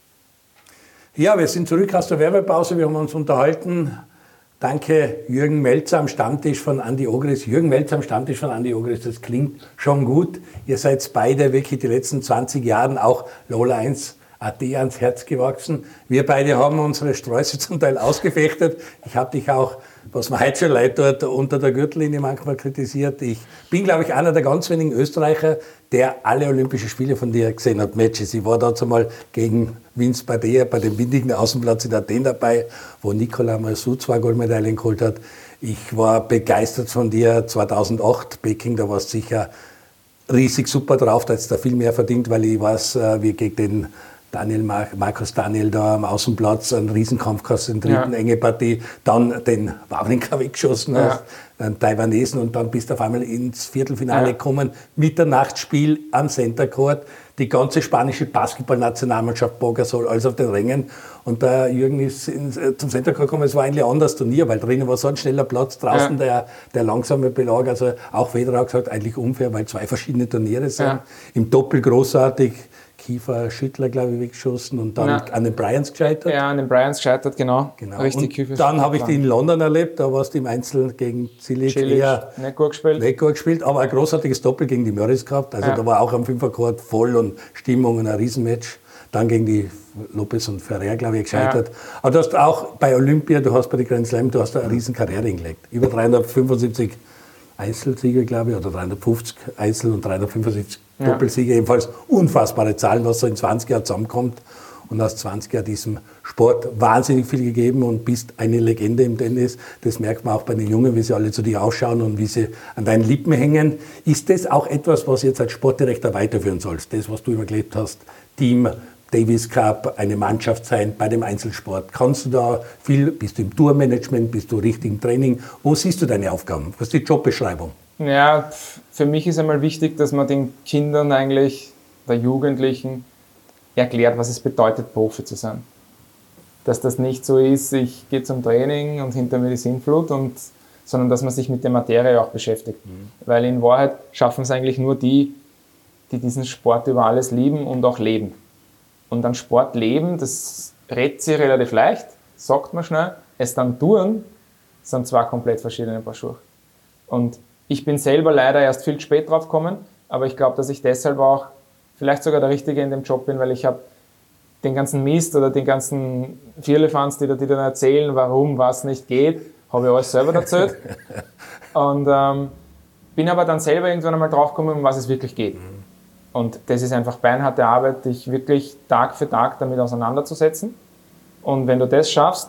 Ja, wir sind zurück aus der Werbepause, wir haben uns unterhalten. Danke Jürgen Melzer am Stammtisch von Andi Ogris. Jürgen Melzer am Stammtisch von Andi Ogris, das klingt schon gut. Ihr seid beide wirklich die letzten 20 Jahre auch Lola 1 AT ans Herz gewachsen. Wir beide haben unsere Sträuße zum Teil ausgefechtet. Ich habe dich auch, was mir heute schon leid tut, unter der Gürtellinie manchmal kritisiert. Ich bin, glaube ich, einer der ganz wenigen Österreicher, der alle Olympischen Spiele von dir gesehen hat, Matches. Ich war dazu mal gegen Vince Badea bei dem windigen Außenplatz in Athen dabei, wo Nicolas Massou 2 Goldmedaillen geholt hat. Ich war begeistert von dir 2008, Peking, da warst du sicher riesig super drauf, da hättest du viel mehr verdient, weil ich weiß, wie gegen den Markus Daniel da am Außenplatz einen Riesenkampf gehabt, in der dritten enge Partie, dann den Wawrinka weggeschossen hast, einen Taiwanesen und dann bist du auf einmal ins Viertelfinale gekommen, Mitternachtsspiel am Center Court, die ganze spanische Basketballnationalmannschaft Bogasol, alles auf den Rängen und der Jürgen ist zum Center Court gekommen, es war eigentlich ein anderes Turnier, weil drinnen war so ein schneller Platz, draußen der langsame Belag, also auch Federer hat gesagt, eigentlich unfair, weil 2 verschiedene Turniere sind, im Doppel großartig, Kiefer Schüttler, glaube ich, weggeschossen und dann an den Bryans gescheitert. Ja, an den Bryans gescheitert, genau. Richtig. Und dann habe ich die in London erlebt, da warst du im Einzel gegen Cilic eher nicht gut gespielt, aber ein großartiges Doppel gegen die Murrays gehabt. Also da war auch am Fünfercourt voll und Stimmung und ein Riesenmatch. Dann gegen die Lopez und Ferrer, glaube ich, gescheitert. Aber du hast auch bei Olympia, du hast bei den Grand Slam, du hast da eine riesen Karriere hingelegt. Über 375 Einzelsieger, glaube ich, oder 350 Einzel- und 375 Doppelsieger, jedenfalls unfassbare Zahlen, was so in 20 Jahren zusammenkommt. Und aus 20 Jahren diesem Sport wahnsinnig viel gegeben und bist eine Legende im Tennis. Das merkt man auch bei den Jungen, wie sie alle zu dir ausschauen und wie sie an deinen Lippen hängen. Ist das auch etwas, was jetzt als Sportdirektor weiterführen sollst? Das, was du immer gelebt hast, Team, Davis Cup, eine Mannschaft sein bei dem Einzelsport. Kannst du da viel, bist du im Tourmanagement, bist du richtig im Training? Wo siehst du deine Aufgaben? Was ist die Jobbeschreibung? Ja, für mich ist einmal wichtig, dass man den Kindern eigentlich, der Jugendlichen, erklärt, was es bedeutet, Profi zu sein. Dass das nicht so ist, ich gehe zum Training und hinter mir die Sinnflut, sondern dass man sich mit der Materie auch beschäftigt. Weil in Wahrheit schaffen es eigentlich nur die diesen Sport über alles lieben und auch leben. Und dann Sport leben, das redet sich relativ leicht, sagt man schnell. Es dann tun, sind 2 komplett verschiedene Paar Schuhe. Und ich bin selber leider erst viel spät drauf gekommen, aber ich glaube, dass ich deshalb auch vielleicht sogar der Richtige in dem Job bin, weil ich habe den ganzen Mist oder den ganzen Vierlefanz, die dann erzählen, warum was nicht geht, habe ich alles selber erzählt. Und bin aber dann selber irgendwann einmal drauf gekommen, um was es wirklich geht. Und das ist einfach beinharte Arbeit, dich wirklich Tag für Tag damit auseinanderzusetzen. Und wenn du das schaffst,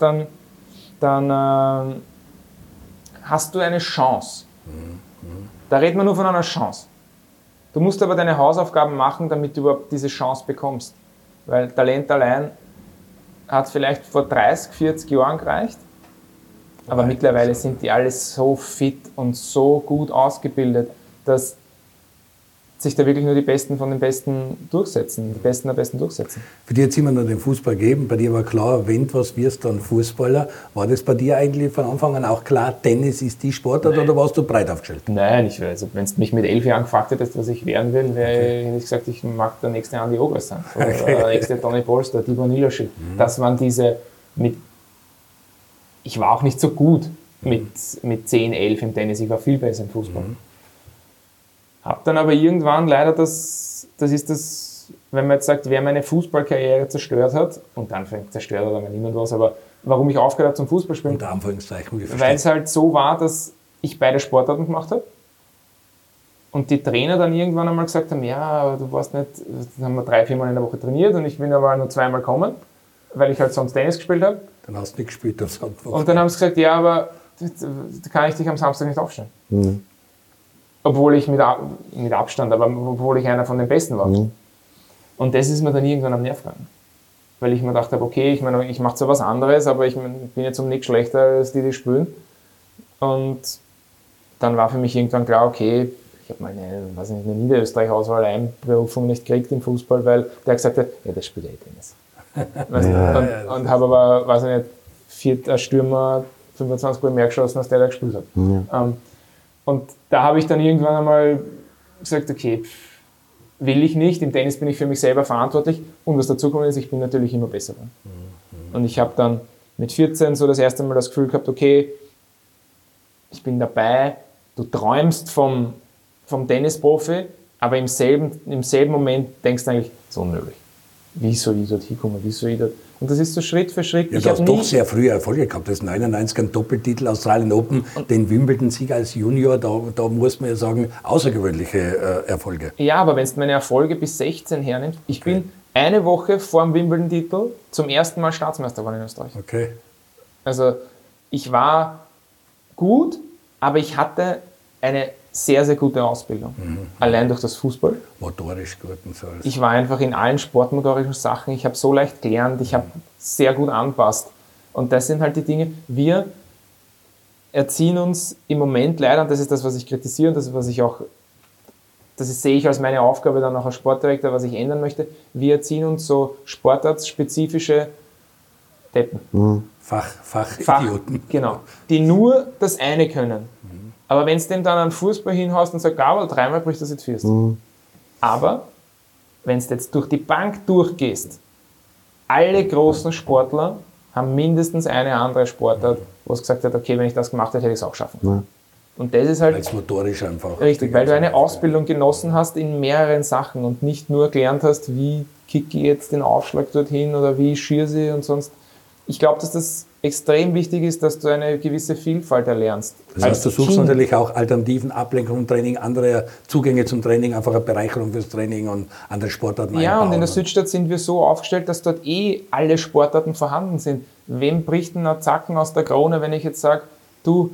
dann hast du eine Chance. Da redet man nur von einer Chance. Du musst aber deine Hausaufgaben machen, damit du überhaupt diese Chance bekommst. Weil Talent allein hat vielleicht vor 30, 40 Jahren gereicht, aber mittlerweile sind die alle so fit und so gut ausgebildet, dass sich da wirklich nur die Besten von den Besten durchsetzen, die Besten der Besten durchsetzen. Für dich hat es immer noch den Fußball gegeben, bei dir war klar, wenn du was wirst, dann Fußballer. War das bei dir eigentlich von Anfang an auch klar, Tennis ist die Sportart oder warst du breit aufgestellt? Nein, also wenn du mich mit 11 Jahren gefragt hättest, was ich werden will, hätte ich gesagt, ich mag der nächste Andi Ogres sein. Oder der nächste Toni Polster, Tibor Niederschied. Das waren diese ich war auch nicht so gut mit 10, 11 im Tennis, ich war viel besser im Fußball. Hab dann aber irgendwann leider das ist das, wenn man jetzt sagt, wer meine Fußballkarriere zerstört hat, und dann zerstört hat aber niemand was, aber warum ich aufgehört habe zum Fußballspielen, unter Anführungszeichen, weil es halt so war, dass ich beide Sportarten gemacht habe und die Trainer dann irgendwann einmal gesagt haben, ja, aber du warst nicht, dann haben wir 3, 4 Mal in der Woche trainiert und ich bin aber nur 2 Mal kommen, weil ich halt sonst Tennis gespielt habe. Dann hast du nicht gespielt am Samstag. Und dann haben sie gesagt, ja, aber da kann ich dich am Samstag nicht aufstellen. Obwohl ich mit Abstand, aber obwohl ich einer von den Besten war. Und das ist mir dann irgendwann am Nerv gegangen. Weil ich mir gedacht habe, okay, ich mache zwar was anderes, aber ich bin jetzt um nichts schlechter als die spielen. Und dann war für mich irgendwann klar, okay, ich habe mal eine Niederösterreich-Auswahl Einberufung nicht gekriegt im Fußball, weil der gesagt hat, ja, das spielt Tennis. Und habe aber, weiß ich nicht, vierter Stürmer 25 Mal mehr geschossen, als der gespielt hat. Und da habe ich dann irgendwann einmal gesagt, okay, will ich nicht, im Tennis bin ich für mich selber verantwortlich und was dazu kommt ist, ich bin natürlich immer besser geworden. Und ich habe dann mit 14 so das erste Mal das Gefühl gehabt, okay, ich bin dabei, du träumst vom Tennisprofi, aber im selben Moment denkst du eigentlich, so unmöglich. Wie soll ich dort hinkommen, wie soll ich dort... Und das ist so Schritt für Schritt. Ja, du hast doch sehr frühe Erfolge gehabt. Du hast 99 einen Doppeltitel Australian Open, den Wimbledon-Sieg als Junior, da muss man ja sagen, außergewöhnliche Erfolge. Ja, aber wenn du meine Erfolge bis 16 hernimmst, ich bin eine Woche vor dem Wimbledon-Titel zum ersten Mal Staatsmeister geworden in Österreich. Okay. Also ich war gut, aber ich hatte eine sehr, sehr gute Ausbildung. Allein durch das Fußball. Motorisch gut und so. Ich war einfach in allen sportmotorischen Sachen, ich habe so leicht gelernt, ich habe sehr gut anpasst. Und das sind halt die Dinge, wir erziehen uns im Moment leider, und das ist das, was ich kritisiere, und das ist, was ich auch, sehe ich als meine Aufgabe dann auch als Sportdirektor, was ich ändern möchte, wir erziehen uns so sportartspezifische Deppen. Fachidioten. Genau. Die nur das eine können. Aber wenn du dem dann einen Fußball hinhaust und sagst, aber 3-mal bricht das jetzt fürst. Aber wenn du jetzt durch die Bank durchgehst, alle großen Sportler haben mindestens eine andere Sportart, wo es gesagt hat, okay, wenn ich das gemacht hätte, hätte ich es auch schaffen. Und das ist halt... Weil es motorisch einfach... Richtig, weil du eine Ausbildung genossen hast in mehreren Sachen und nicht nur gelernt hast, wie kicke ich jetzt den Aufschlag dorthin oder wie schieße ich und sonst... Ich glaube, dass das extrem wichtig ist, dass du eine gewisse Vielfalt erlernst. Das heißt, du suchst natürlich auch Alternativen, Ablenkung im Training, andere Zugänge zum Training, einfach eine Bereicherung fürs Training und andere Sportarten Ja, einbauen. und in der Südstadt sind wir so aufgestellt, dass dort alle Sportarten vorhanden sind. Wem bricht denn ein Zacken aus der Krone, wenn ich jetzt sage, du,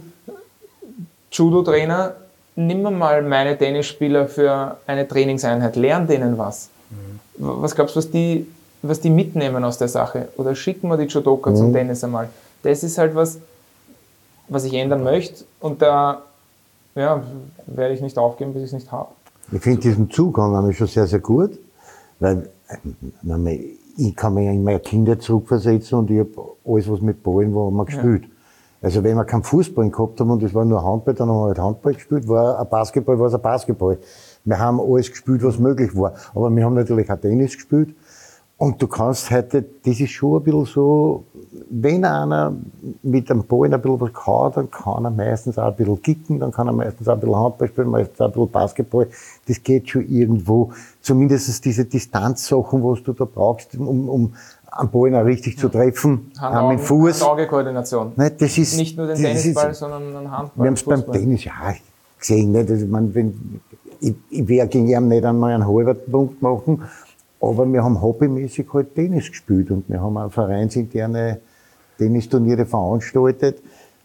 Judo-Trainer, nimm mir mal meine Tennisspieler für eine Trainingseinheit, lern denen was. Was glaubst du, was die mitnehmen aus der Sache? Oder schicken wir die Judoka zum Tennis einmal? Das ist halt was ich ändern möchte. Und da werde ich nicht aufgeben, bis ich es nicht habe. Ich finde diesen Zugang nämlich schon sehr, sehr gut, weil ich kann mich in meine Kinder zurückversetzen und ich habe alles, was mit Ballen war, haben wir gespielt. Also wenn wir keinen Fußball gehabt haben und es war nur Handball, dann haben wir halt Handball gespielt, war ein Basketball, war es ein Basketball. Wir haben alles gespielt, was möglich war. Aber wir haben natürlich auch Tennis gespielt. Und du kannst heute, das ist schon ein bisschen so, wenn einer mit einem Ball ein bisschen was kann, dann kann er meistens auch ein bisschen kicken, dann kann er meistens auch ein bisschen Handball spielen, meistens auch ein bisschen Basketball. Das geht schon irgendwo. Zumindest diese Distanzsachen, was du da brauchst, um einen Ball auch richtig zu treffen, auch mit Fuß. Hand-Auge-Koordination. Das ist, nicht nur den Tennisball, sondern einen Handball. Wir haben es beim Tennis gesehen. Nicht? Also, ich werde gegen ihn nicht einmal einen halben Punkt machen. Aber wir haben hobbymäßig halt Tennis gespielt und wir haben auch vereinsinterne Tennisturniere veranstaltet.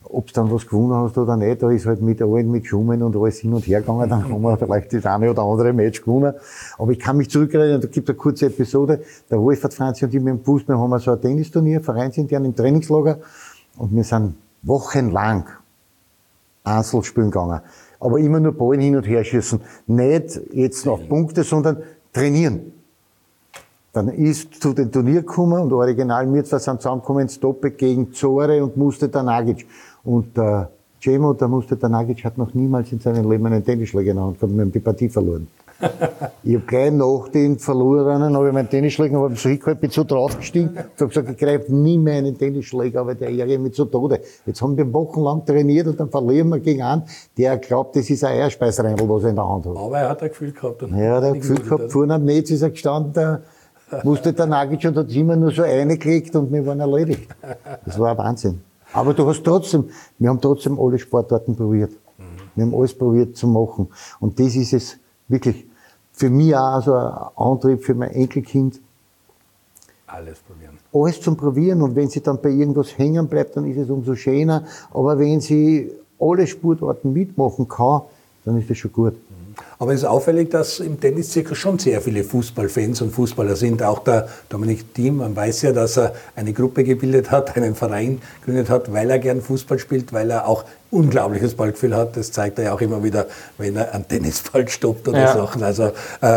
ob du dann was gewonnen hast oder nicht, da ist halt mit allen, mit Schumann und alles hin und her gegangen, dann haben wir vielleicht das eine oder andere Match gewonnen. Aber ich kann mich zurückerinnern, da gibt es eine kurze Episode, der Wolfert Franzi und ich mit dem Fußball haben wir so ein Tennisturnier, vereinsintern im Trainingslager, und wir sind wochenlang Einzel spielen gegangen. Aber immer nur Ballen hin und her schießen. Nicht jetzt auf Punkte, sondern trainieren. Dann ist zu den Turnier gekommen und original wir zwei sind zusammengekommen, Stoppe gegen Zore und Mustafa Nagic. Und der Cemo, der Mustafa Nagic, hat noch niemals in seinem Leben einen Tennisschläger in der Hand gehabt und wir haben die Partie verloren. Ich habe gleich nach den Verlorenen, habe ich meinen Tennisschläger, habe zurückgehalten, bin so draufgestiegen und habe gesagt, ich greife nie mehr einen Tennisschläger, aber der ärgert mich zu Tode. Jetzt haben wir wochenlang trainiert und dann verlieren wir gegen einen, der glaubt, das ist ein Eierspeisreindl, was er in der Hand hat. Aber er hat ein Gefühl gehabt. Ja, er hat ein Gefühl gehabt, vorne am Netz ist er gestanden, der musste der Nagic und hat immer nur so reingelegt und wir waren erledigt. Das war ein Wahnsinn. Aber du hast trotzdem, wir haben trotzdem alle Sportarten probiert. Wir haben alles probiert zu machen. Und das ist es wirklich für mich auch so ein Antrieb für mein Enkelkind. Alles probieren. Alles zum Probieren. Und wenn sie dann bei irgendwas hängen bleibt, dann ist es umso schöner. Aber wenn sie alle Sportarten mitmachen kann, dann ist das schon gut. Aber es ist auffällig, dass im Tenniszirkel schon sehr viele Fußballfans und Fußballer sind. Auch der Dominik Thiem, man weiß ja, dass er eine Gruppe gebildet hat, einen Verein gegründet hat, weil er gern Fußball spielt, weil er auch unglaubliches Ballgefühl hat. Das zeigt er ja auch immer wieder, wenn er einen Tennisball stoppt oder Sachen. Also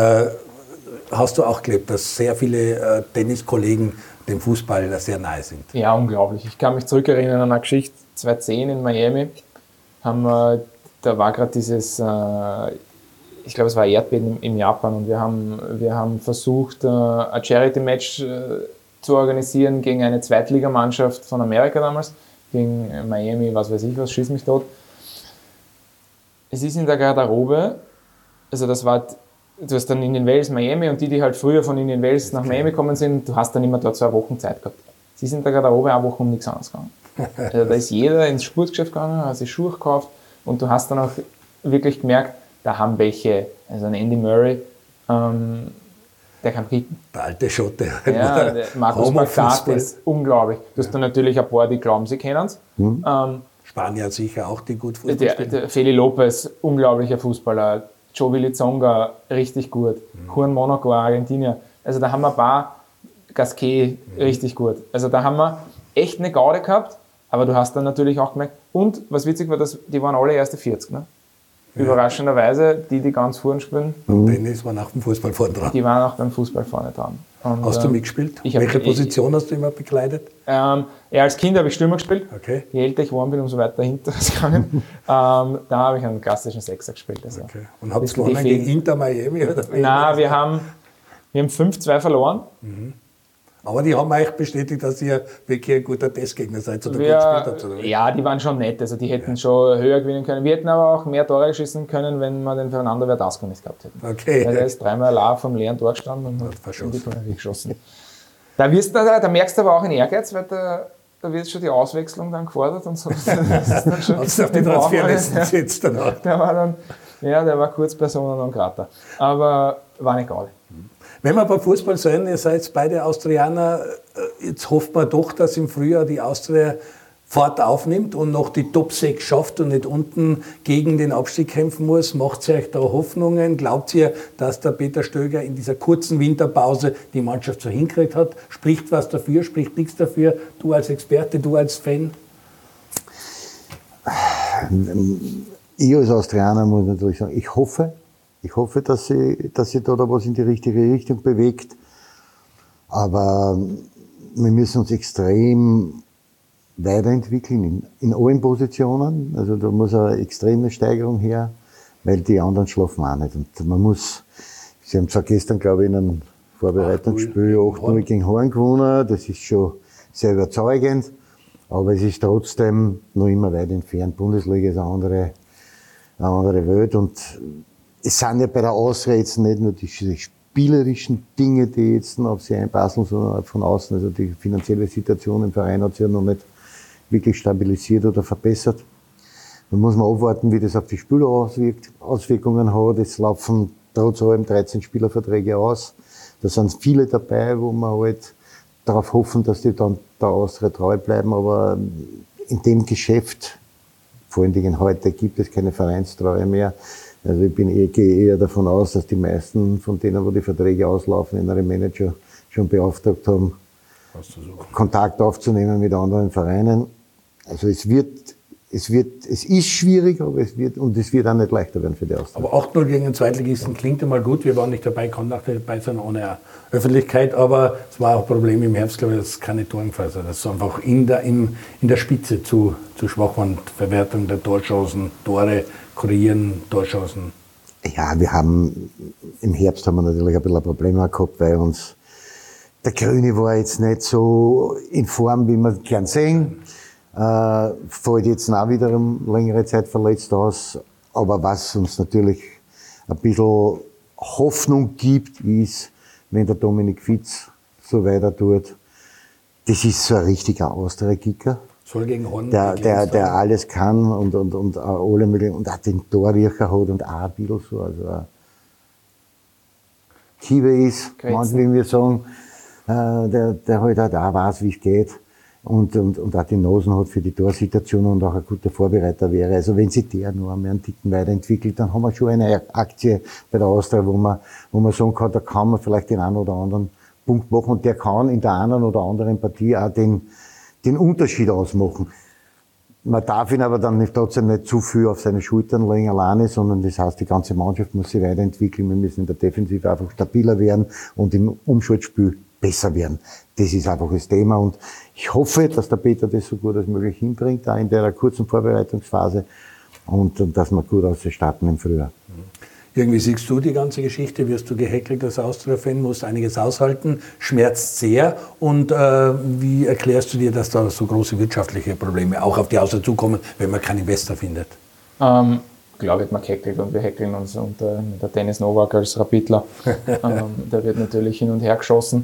hast du auch gelebt, dass sehr viele Tenniskollegen dem Fußball sehr nahe sind? Ja, unglaublich. Ich kann mich zurückerinnern an eine Geschichte, 2010 in Miami, da war gerade dieses... ich glaube, es war Erdbeben in Japan und wir haben versucht, ein Charity-Match zu organisieren gegen eine Zweitligamannschaft von Amerika damals, gegen Miami, was weiß ich was, schieß mich tot. Es ist in der Garderobe, also du hast dann Indian Wells, Miami und die halt früher von Indian Wells nach Miami gekommen sind, du hast dann immer dort 2 Wochen Zeit gehabt. Es ist in der Garderobe eine Woche um nichts anderes gegangen. Also da ist jeder ins Sportgeschäft gegangen, hat sich Schuhe gekauft und du hast dann auch wirklich gemerkt, da haben welche, also ein Andy Murray, der kann kicken. Der alte Schotte. Ja, der Markus Bagdad ist unglaublich. Du hast dann natürlich ein paar, die glauben, sie kennen es. Spanier sicher auch, die gut Fußball spielen. Der Feli Lopez, unglaublicher Fußballer. Joe Villazonga, richtig gut. Juan Monaco, Argentinier. Also da haben wir ein paar, Gasquet, richtig gut. Also da haben wir echt eine Gaude gehabt, aber du hast dann natürlich auch gemerkt, und was witzig war, die waren alle erste 40, ne? Überraschenderweise, die ganz vorne spielen. Tennis war nach dem Fußball vorne dran. Die waren auch beim Fußball vorne dran. Und, hast du mitgespielt? Welche Position hast du immer bekleidet? Als Kind habe ich Stürmer gespielt. Okay. Je älter ich geworden bin, umso weiter hinter ist gegangen. Da habe ich einen klassischen Sechser gespielt. Also. Okay. Und habt ihr gewonnen gegen Inter Miami? Oder? Nein, wir haben 5-2 verloren. Aber die haben euch bestätigt, dass ihr wirklich ein guter Testgegner seid oder gut gespielt habt, oder? Ja, die waren schon nett. Also die hätten schon höher gewinnen können. Wir hätten aber auch mehr Tore geschissen können, wenn wir den Fernando Verdasco nicht gehabt hätten. Okay. Weil er ist 3-mal allein vom leeren Tor gestanden und hat die Tore geschossen. Da merkst du aber auch einen Ehrgeiz, weil da wird schon die Auswechslung dann gefordert und so. Hast du auf die Transferlisten gesetzt danach? Der war kurz Persona non grata. Aber war nicht geil. Wenn wir beim Fußball sind, ihr seid beide Austrianer, jetzt hofft man doch, dass im Frühjahr die Austria Fahrt aufnimmt und noch die Top 6 schafft und nicht unten gegen den Abstieg kämpfen muss. Macht ihr euch da Hoffnungen? Glaubt ihr, dass der Peter Stöger in dieser kurzen Winterpause die Mannschaft so hinkriegt hat? Spricht was dafür, spricht nichts dafür? Du als Experte, du als Fan? Ich als Austrianer muss natürlich sagen, ich hoffe, dass sie da was in die richtige Richtung bewegt. Aber wir müssen uns extrem weiterentwickeln in allen Positionen. Also da muss eine extreme Steigerung her, weil die anderen schlafen auch nicht. Und Sie haben zwar gestern, glaube ich, in einem Vorbereitungsspiel 8-0 gegen Horn gewonnen. Das ist schon sehr überzeugend. Aber es ist trotzdem noch immer weit entfernt. Bundesliga ist eine andere Welt. Und es sind ja bei der Austria jetzt nicht nur die spielerischen Dinge, die jetzt auf sie einpassen, sondern auch von außen. Also die finanzielle Situation im Verein hat sich ja noch nicht wirklich stabilisiert oder verbessert. Dann muss man abwarten, wie das auf die Spieler Auswirkungen hat. Es laufen trotz allem 13 Spielerverträge aus. Da sind viele dabei, wo man halt darauf hoffen, dass die dann der Austria treu bleiben. Aber in dem Geschäft vor allen Dingen heute gibt es keine Vereinstreue mehr. Also ich gehe eher davon aus, dass die meisten von denen, wo die Verträge auslaufen, ihre Manager schon beauftragt haben, Kontakt aufzunehmen mit anderen Vereinen. Also es ist schwierig, aber es wird auch nicht leichter werden für die Austria. Aber 8-0 gegen den Zweitligisten klingt einmal gut. Wir waren nicht dabei, konnten auch nicht dabei sein ohne Öffentlichkeit, aber es war auch ein Problem im Herbst, glaube ich, dass keine Tore gefallen sind. Dass es einfach in der Spitze zu schwach waren. Verwertung der Torchancen, Tore, Kreieren, Torchancen. Ja, im Herbst haben wir natürlich ein bisschen ein Problem gehabt, weil uns der Grüne war jetzt nicht so in Form, wie wir gern sehen. Fällt jetzt auch wiederum längere Zeit verletzt aus. Aber was uns natürlich ein bisschen Hoffnung gibt, ist, wenn der Dominik Fitz so weiter tut. Das ist so ein richtiger Austria-Kicker. Soll gegen Horn der alles kann und alle möglichen, und auch den Torriecher hat und auch ein bisschen so, also Kiewe ist, manchmal, wie wir sagen, der halt auch weiß, wie es geht und auch die Nosen hat für die Torsituation und auch ein guter Vorbereiter wäre. Also wenn sich der nur einmal einen Ticken weiterentwickelt, dann haben wir schon eine Aktie bei der Austria, wo man sagen kann, da kann man vielleicht den einen oder anderen Punkt machen und der kann in der einen oder anderen Partie auch den Unterschied ausmachen. Man darf ihn aber dann trotzdem nicht zu viel auf seine Schultern legen alleine, sondern das heißt, die ganze Mannschaft muss sich weiterentwickeln. Wir müssen in der Defensive einfach stabiler werden und im Umschaltspiel besser werden. Das ist einfach das Thema und ich hoffe, dass der Peter das so gut als möglich hinbringt, auch in der kurzen Vorbereitungsphase und dass wir gut starten im Frühjahr. Irgendwie siehst du die ganze Geschichte, wirst du gehäckelt als Austria-Fan, musst einiges aushalten, schmerzt sehr. Und wie erklärst du dir, dass da so große wirtschaftliche Probleme auch auf die Austria zukommen, wenn man keinen Investor findet? Klar wird man gehackelt und wir hackeln uns unter der Dennis Nowak als Rapidler. Der wird natürlich hin und her geschossen.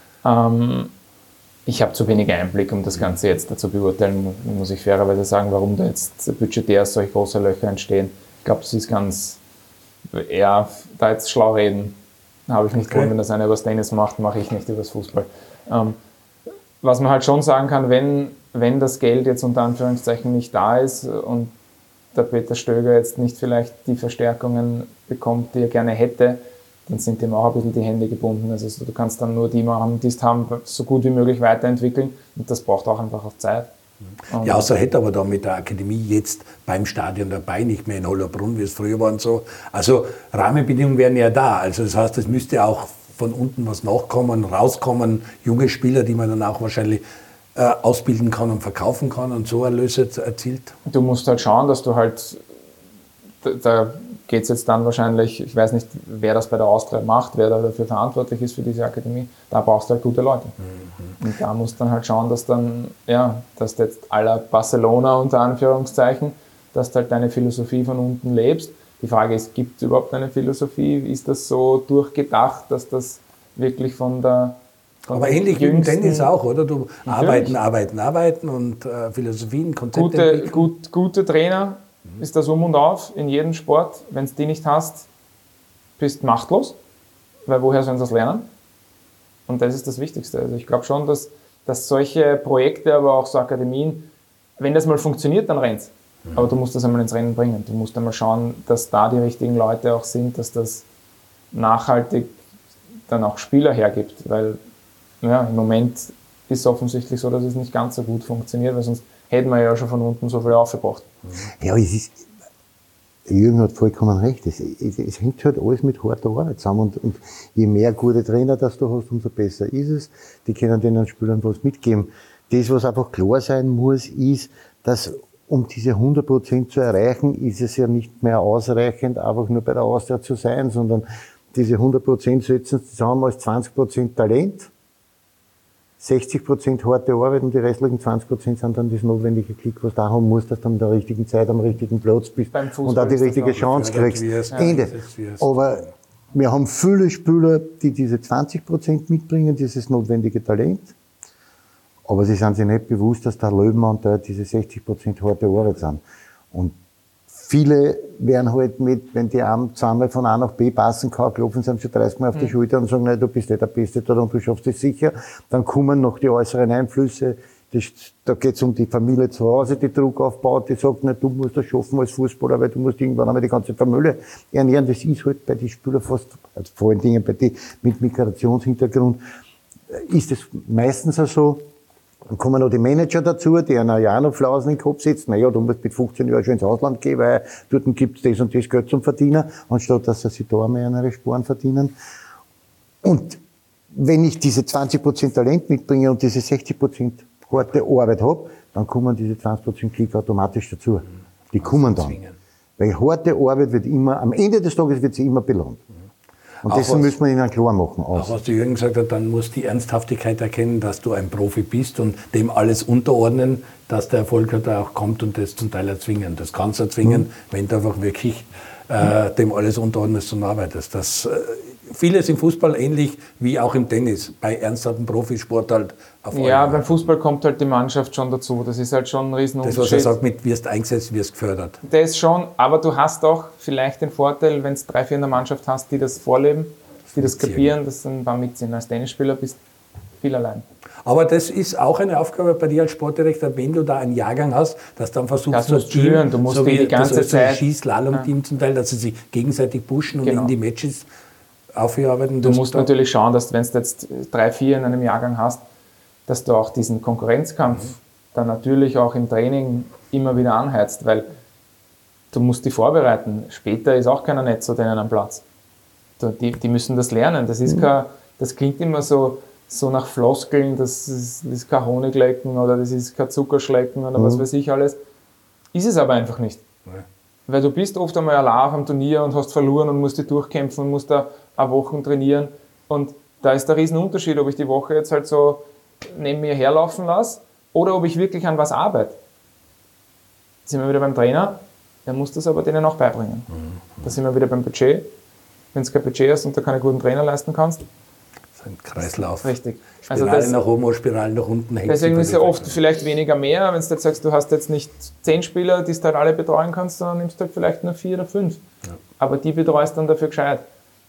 Ich habe zu wenig Einblick, um das Ganze jetzt zu beurteilen, muss ich fairerweise sagen, warum da jetzt budgetär solche große Löcher entstehen. Ich glaube, es ist ganz... Ja, da jetzt schlau reden, habe ich nicht gewonnen, wenn das einer über Tennis macht, mache ich nicht über das Fußball. Was man halt schon sagen kann, wenn das Geld jetzt unter Anführungszeichen nicht da ist und der Peter Stöger jetzt nicht vielleicht die Verstärkungen bekommt, die er gerne hätte, dann sind dem auch ein bisschen die Hände gebunden. Also du kannst dann nur die machen, die es haben, so gut wie möglich weiterentwickeln und das braucht auch einfach auch Zeit. Ja, außer hätte aber da mit der Akademie jetzt beim Stadion dabei, nicht mehr in Hollabrunn, wie es früher war und so. Also Rahmenbedingungen wären ja da. Also das heißt, es müsste auch von unten was nachkommen, rauskommen, junge Spieler, die man dann auch wahrscheinlich ausbilden kann und verkaufen kann und so Erlöse erzielt. Du musst halt schauen, dass du halt, da geht es jetzt dann wahrscheinlich, ich weiß nicht, wer das bei der Austria macht, wer da dafür verantwortlich ist für diese Akademie, da brauchst du halt gute Leute. Und da musst du dann halt schauen, dass dann, ja, dass du jetzt à la Barcelona unter Anführungszeichen, dass du halt deine Philosophie von unten lebst. Die Frage ist, gibt es überhaupt eine Philosophie? Ist das so durchgedacht, dass das wirklich von der... Aber ähnlich wie im Tennis auch, oder? Du arbeiten und Philosophien, Konzepte. Gute Trainer ist das Um und Auf in jedem Sport. Wenn du die nicht hast, bist du machtlos, weil woher sollen sie das lernen? Und das ist das Wichtigste. Also ich glaube schon, dass solche Projekte, aber auch so Akademien, wenn das mal funktioniert, dann rennt's. Aber du musst das einmal ins Rennen bringen. Du musst einmal schauen, dass da die richtigen Leute auch sind, dass das nachhaltig dann auch Spieler hergibt. Weil ja, im Moment ist es offensichtlich so, dass es nicht ganz so gut funktioniert, weil sonst hätten wir ja schon von unten so viel aufgebracht. Ja, Jürgen hat vollkommen recht. Es hängt halt alles mit harter Arbeit zusammen. Und je mehr gute Trainer das du hast, umso besser ist es. Die können den Spielern was mitgeben. Das, was einfach klar sein muss, ist, dass um diese 100% zu erreichen, ist es ja nicht mehr ausreichend, einfach nur bei der Austria zu sein, sondern diese 100% setzen zusammen als 20% Talent, 60% harte Arbeit und die restlichen 20% sind dann das notwendige Klick, was du da haben musst, dass du in der richtigen Zeit am richtigen Platz bist und auch die richtige Chance kriegst. Ende. Aber wir haben viele Spieler, die diese 20% mitbringen, dieses notwendige Talent. Aber sie sind sich nicht bewusst, dass der Löwenanteil diese 60% harte Arbeit sind. Und viele werden halt wenn die zweimal von A nach B passen kann, klopfen sie schon 30 Mal auf die Schulter und sagen, nein, du bist nicht der Beste dort und du schaffst es sicher. Dann kommen noch die äußeren Einflüsse, Da geht es um die Familie zu Hause, die Druck aufbaut, die sagt, na, du musst das schaffen als Fußballer, weil du musst irgendwann einmal die ganze Familie ernähren. Das ist halt bei den Spielern fast, also vor allen Dingen bei den mit Migrationshintergrund, ist es meistens auch so. Dann kommen noch die Manager dazu, die einer ja auch noch Flausen in den Kopf setzen. Naja, du musst mit 15 Jahren schon ins Ausland gehen, weil dort gibt's das und das Geld zum Verdienen, anstatt dass sie sich da einmal ihre Sporen verdienen. Und wenn ich diese 20% Talent mitbringe und diese 60% harte Arbeit habe, dann kommen diese 20% Klick automatisch dazu. Die kommen dann. Weil harte Arbeit wird immer, am Ende des Tages wird sie immer belohnt. Und dessen müssen wir ihnen klar machen. Auch was der Jürgen gesagt hat, dann muss die Ernsthaftigkeit erkennen, dass du ein Profi bist und dem alles unterordnen, dass der Erfolg halt auch kommt und das zum Teil erzwingen. Das kannst du erzwingen, wenn du einfach wirklich dem alles unterordnest und arbeitest. Das vieles im Fußball ähnlich wie auch im Tennis, bei ernsthaften Profisport halt auf Ja, beim Fußball kommt halt die Mannschaft schon dazu. Das ist halt schon ein Riesenunterschied. Das, was er sagt, mit wirst eingesetzt, wirst gefördert. Das schon, aber du hast auch vielleicht den Vorteil, wenn du 3, 4 in der Mannschaft hast, die das vorleben, die das kapieren, dass dann ein paar mitziehen. Als Tennisspieler bist du viel allein. Aber das ist auch eine Aufgabe bei dir als Sportdirektor, wenn du da einen Jahrgang hast, dass dann versuchst das du Team, du musst so wie die ganze das Zeit Skislalom-Team zum Teil, dass sie sich gegenseitig pushen und in die Matches aufarbeiten. Du musst natürlich schauen, dass wenn du jetzt 3, 4 in einem Jahrgang hast, dass du auch diesen Konkurrenzkampf dann natürlich auch im Training immer wieder anheizt, weil du musst die vorbereiten. Später ist auch keiner nicht so denen am Platz. Die müssen das lernen. Das ist das klingt immer so nach Floskeln, das ist kein Honiglecken oder das ist kein Zuckerschlecken oder was weiß ich alles. Ist es aber einfach nicht. Ja. Weil du bist oft einmal allein auf einem Turnier und hast verloren und musst dich durchkämpfen und musst da eine Woche trainieren. Und da ist der Riesenunterschied, ob ich die Woche jetzt halt so neben mir herlaufen lasse oder ob ich wirklich an was arbeite. Jetzt sind wir wieder beim Trainer, der muss das aber denen auch beibringen. Da sind wir wieder beim Budget. Wenn du kein Budget hast und da keine guten Trainer leisten kannst. Das ist ein Kreislauf. Richtig. Spiralen nach oben, Spiralen nach unten. Deswegen ist ja oft vielleicht weniger mehr. Wenn du jetzt sagst, du hast jetzt nicht 10 Spieler, die du halt alle betreuen kannst, sondern nimmst du halt vielleicht nur 4 oder 5. Ja. Aber die betreust dann dafür gescheit.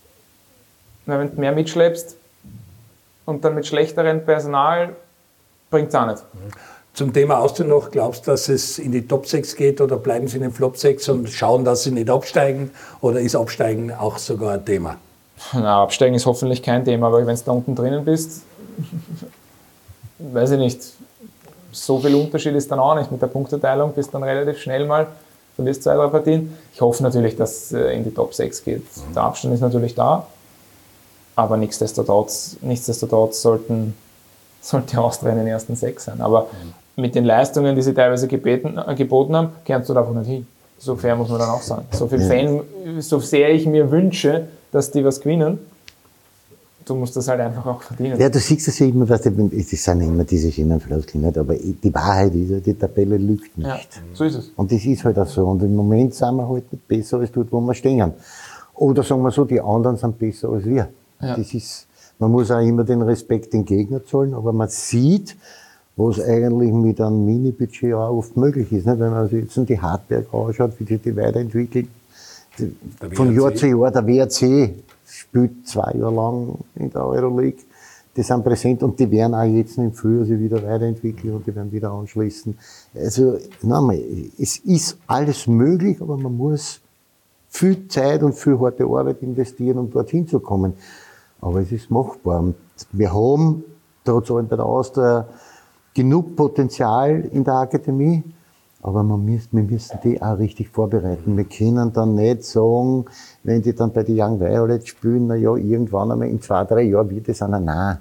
Weil wenn du mehr mitschleppst und dann mit schlechterem Personal, bringt es auch nicht. Zum Thema Austria noch, glaubst du, dass es in die Top 6 geht oder bleiben sie in den Flop 6 und schauen, dass sie nicht absteigen? Oder ist Absteigen auch sogar ein Thema? Na, Absteigen ist hoffentlich kein Thema, aber wenn du da unten drinnen bist, weiß ich nicht, so viel Unterschied ist dann auch nicht. Mit der Punkteteilung bist du dann relativ schnell mal, verlierst 2, 3 Partien. Ich hoffe natürlich, dass es in die Top 6 geht. Der Abstand ist natürlich da, aber nichtsdestotrotz sollte Austria in den ersten 6 sein. Aber mit den Leistungen, die sie teilweise geboten haben, kannst du da einfach nicht hin. So fair muss man dann auch sagen. So viel Fan, so sehr ich mir wünsche, dass die was gewinnen, du musst das halt einfach auch verdienen. Ja, du siehst es ja immer, das sind immer diese schönen Floskeln, nicht? Aber die Wahrheit ist ja, die Tabelle lügt nicht. Ja, so ist es. Und das ist halt auch so. Und im Moment sind wir halt nicht besser als dort, wo wir stehen. Oder sagen wir so, die anderen sind besser als wir. Ja. Das ist, man muss auch immer den Respekt den Gegner zollen, aber man sieht, was eigentlich mit einem Mini-Budget auch oft möglich ist. Nicht? Wenn man sich jetzt die Hartberg anschaut, wie sich die weiterentwickeln, von Jahr zu Jahr, der WRC spielt 2 Jahre lang in der Euroleague, die sind präsent und die werden auch jetzt im Frühjahr sich wieder weiterentwickeln und die werden wieder anschließen. Also, nochmal, es ist alles möglich, aber man muss viel Zeit und viel harte Arbeit investieren, um dorthin zu kommen. Aber es ist machbar. Und wir haben, trotz allem bei der Austria, genug Potenzial in der Akademie, aber wir müssen die auch richtig vorbereiten. Wir können dann nicht sagen, wenn die dann bei den Young Violets spielen, na ja, irgendwann einmal in 2, 3 Jahren wird es einer. Nein,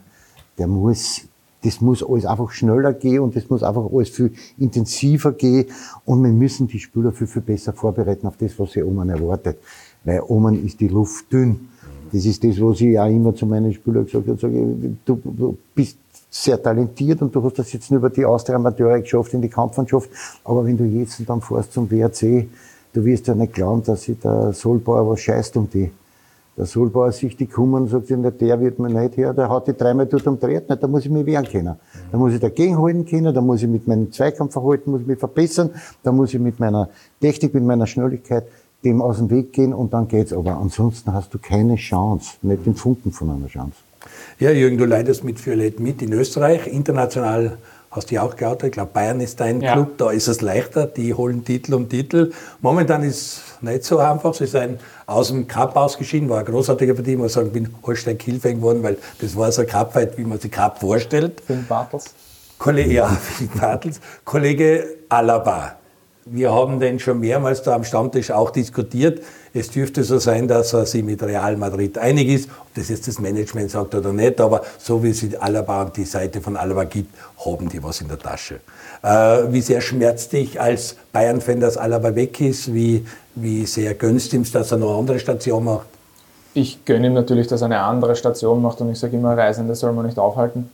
das muss alles einfach schneller gehen und das muss einfach alles viel intensiver gehen und wir müssen die Spieler viel, viel besser vorbereiten auf das, was sie oben erwartet. Weil oben ist die Luft dünn. Das ist das, was ich auch immer zu meinen Spielern gesagt habe. Du bist sehr talentiert und du hast das jetzt nur über die Austria-Amateure geschafft in die Kampfmannschaft. Aber wenn du jetzt dann fährst zum WRC, du wirst ja nicht glauben, dass sich der Solbauer was scheißt um die. Der Solbauer sieht die kommen und sagt, der wird mir nicht her, der hat die 3-mal dort umdreht, da muss ich mich wehren können. Da muss ich dagegenhalten können, da muss ich mit meinem Zweikampfverhalten muss ich mich verbessern, da muss ich mit meiner Technik, mit meiner Schnelligkeit dem aus dem Weg gehen und dann geht's. Aber ansonsten hast du keine Chance, nicht den Funken von einer Chance. Ja, Jürgen, du leidest mit Violett mit in Österreich. International hast du auch geoutet. Ich glaube, Bayern ist dein Club, da ist es leichter, die holen Titel um Titel. Momentan ist es nicht so einfach, sie sind aus dem Cup ausgeschieden, war ein großartiger Verdienst. Ich muss sagen, ich bin Holstein-Kiel-Fan geworden, weil das war so ein Cup-Fight, wie man sich Cup vorstellt. Finn Bartels. Finn Bartels. Kollege Alaba. Wir haben den schon mehrmals da am Stammtisch auch diskutiert. Es dürfte so sein, dass er sich mit Real Madrid einig ist. Ob das jetzt das Management sagt oder nicht, aber so wie es Alaba und die Seite von Alaba gibt, haben die was in der Tasche. Wie sehr schmerzt dich als Bayern-Fan, dass Alaba weg ist? Wie sehr gönnst du ihm, dass er noch eine andere Station macht? Ich gönne ihm natürlich, dass er eine andere Station macht und ich sage immer, Reisende soll man nicht aufhalten.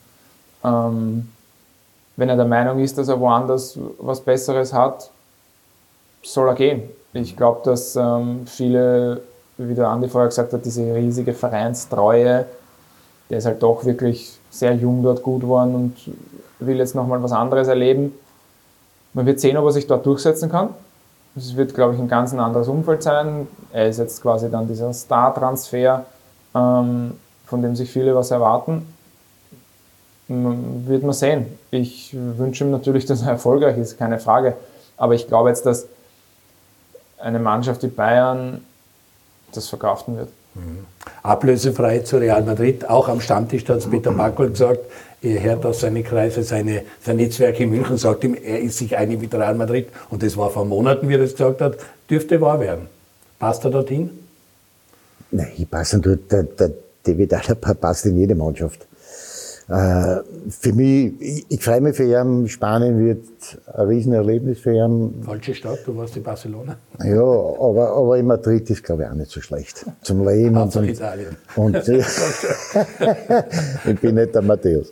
Wenn er der Meinung ist, dass er woanders was Besseres hat, soll er gehen. Ich glaube, dass viele, wie der Andi vorher gesagt hat, diese riesige Vereinstreue, der ist halt doch wirklich sehr jung dort gut geworden und will jetzt nochmal was anderes erleben. Man wird sehen, ob er sich dort durchsetzen kann. Es wird, glaube ich, ein ganz anderes Umfeld sein. Er ist jetzt quasi dann dieser Star-Transfer, von dem sich viele was erwarten. Wird man sehen. Ich wünsche ihm natürlich, dass er erfolgreich ist, keine Frage. Aber ich glaube jetzt, dass eine Mannschaft wie Bayern das verkraften wird. Ablösefrei zu Real Madrid, auch am Stammtisch hat es Peter Backel gesagt, er hört aus seinen Kreisen, sein Netzwerk in München sagt ihm, er ist sich einig mit Real Madrid und das war vor Monaten, wie er das gesagt hat, dürfte wahr werden. Passt er dorthin? Nein, ich passe dort, der David Alaba passt in jede Mannschaft. Für mich, ich freue mich für ihn, Spanien wird ein Riesenerlebnis für ihn. Falsche Stadt, du warst in Barcelona. Ja, aber in Madrid ist, glaube ich, auch nicht so schlecht. Zum Leben und Italien. Und ich bin nicht der Matthäus.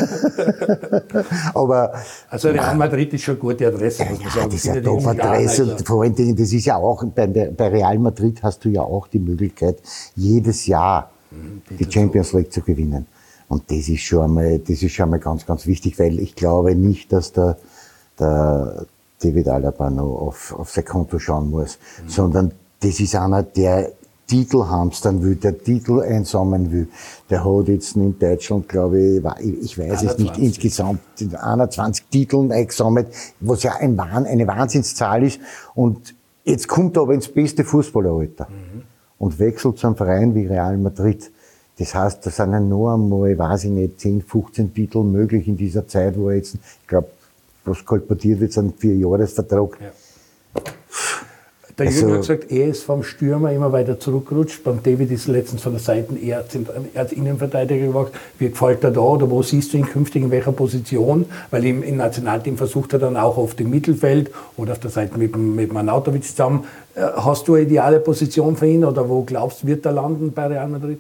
Aber, also Real Madrid ist schon eine gute Adresse, muss man sagen. Das ist ja eine Top-Adresse. Also. Vor allen Dingen, das ist ja auch, bei Real Madrid hast du ja auch die Möglichkeit, jedes Jahr die Champions League zu gewinnen. Und das ist schon einmal ganz, ganz wichtig, weil ich glaube nicht, dass der David Alaba noch auf sein Konto schauen muss, sondern das ist einer, der Titel hamstern will, der Titel einsammeln will. Der hat jetzt in Deutschland, glaube ich, ich weiß es nicht, insgesamt 21 Titeln eingesammelt, was ja eine Wahnsinnszahl ist. Und jetzt kommt er aber ins beste Fußballeralter und wechselt zu einem Verein wie Real Madrid. Das heißt, da sind ja noch einmal, weiß ich nicht, 10, 15 Titel möglich in dieser Zeit, wo er jetzt, ich glaube, was kolportiert wird, sind 4 Jahresvertrag. Ja. Der Jürgen hat gesagt, er ist vom Stürmer immer weiter zurückgerutscht. Beim David ist letztens von der Seite eher als Innenverteidiger gewachsen. Wie gefällt er da oder wo siehst du ihn künftig in welcher Position? Weil im Nationalteam versucht er dann auch oft im Mittelfeld oder auf der Seite mit Manautovic zusammen. Hast du eine ideale Position für ihn oder wo glaubst du, wird er landen bei Real Madrid?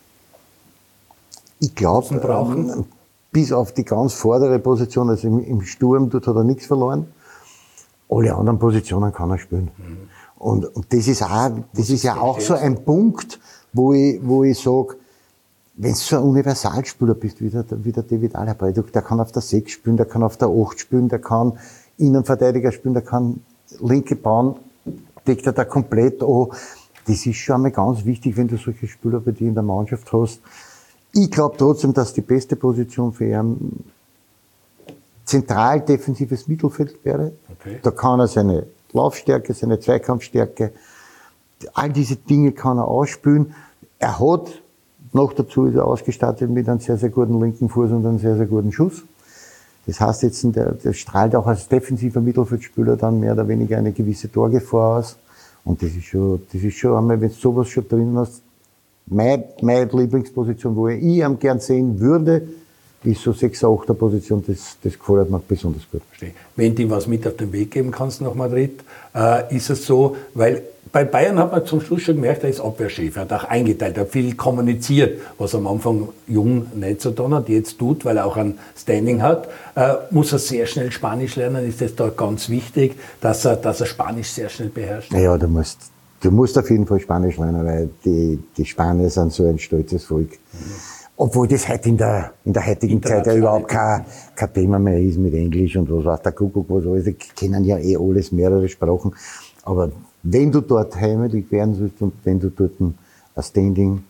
Ich glaube, bis auf die ganz vordere Position, also im Sturm, dort hat er nichts verloren. Alle anderen Positionen kann er spielen. Und das ist ja auch so ein Punkt, wo ich sage, wenn du so ein Universalspieler bist, wie der David Alaba, der kann auf der 6 spielen, der kann auf der 8 spielen, der kann Innenverteidiger spielen, der kann linke Bahn, deckt er da komplett an. Das ist schon einmal ganz wichtig, wenn du solche Spieler bei dir in der Mannschaft hast. Ich glaube trotzdem, dass die beste Position für ihn zentral defensives Mittelfeld wäre. Okay. Da kann er seine Laufstärke, seine Zweikampfstärke, all diese Dinge kann er ausspielen. Er hat, noch dazu ist er ausgestattet mit einem sehr, sehr guten linken Fuß und einem sehr, sehr guten Schuss. Das heißt jetzt, der strahlt auch als defensiver Mittelfeldspieler dann mehr oder weniger eine gewisse Torgefahr aus. Und das ist schon einmal, wenn du sowas schon drin hast, meine Lieblingsposition, wo ich ihn gern sehen würde, ist so 6er, 8er Position, das gefällt mir besonders gut. Verstehe. Wenn du ihm was mit auf den Weg geben kannst nach Madrid, ist es so, weil bei Bayern hat man zum Schluss schon gemerkt, er ist Abwehrchef, er hat auch eingeteilt, er hat viel kommuniziert, was am Anfang Jung nicht so getan hat, jetzt tut, weil er auch ein Standing hat. Muss er sehr schnell Spanisch lernen, ist das da ganz wichtig, dass er Spanisch sehr schnell beherrscht? Ja, du musst auf jeden Fall Spanisch lernen, weil die Spanier sind so ein stolzes Volk. Obwohl das halt in der heutigen Zeit ja überhaupt kein Thema mehr ist mit Englisch und was weiß der Kuckuck, was alles. Die kennen ja alles mehrere Sprachen. Aber wenn du dort heimelig werden sollst und wenn du dort ein Standing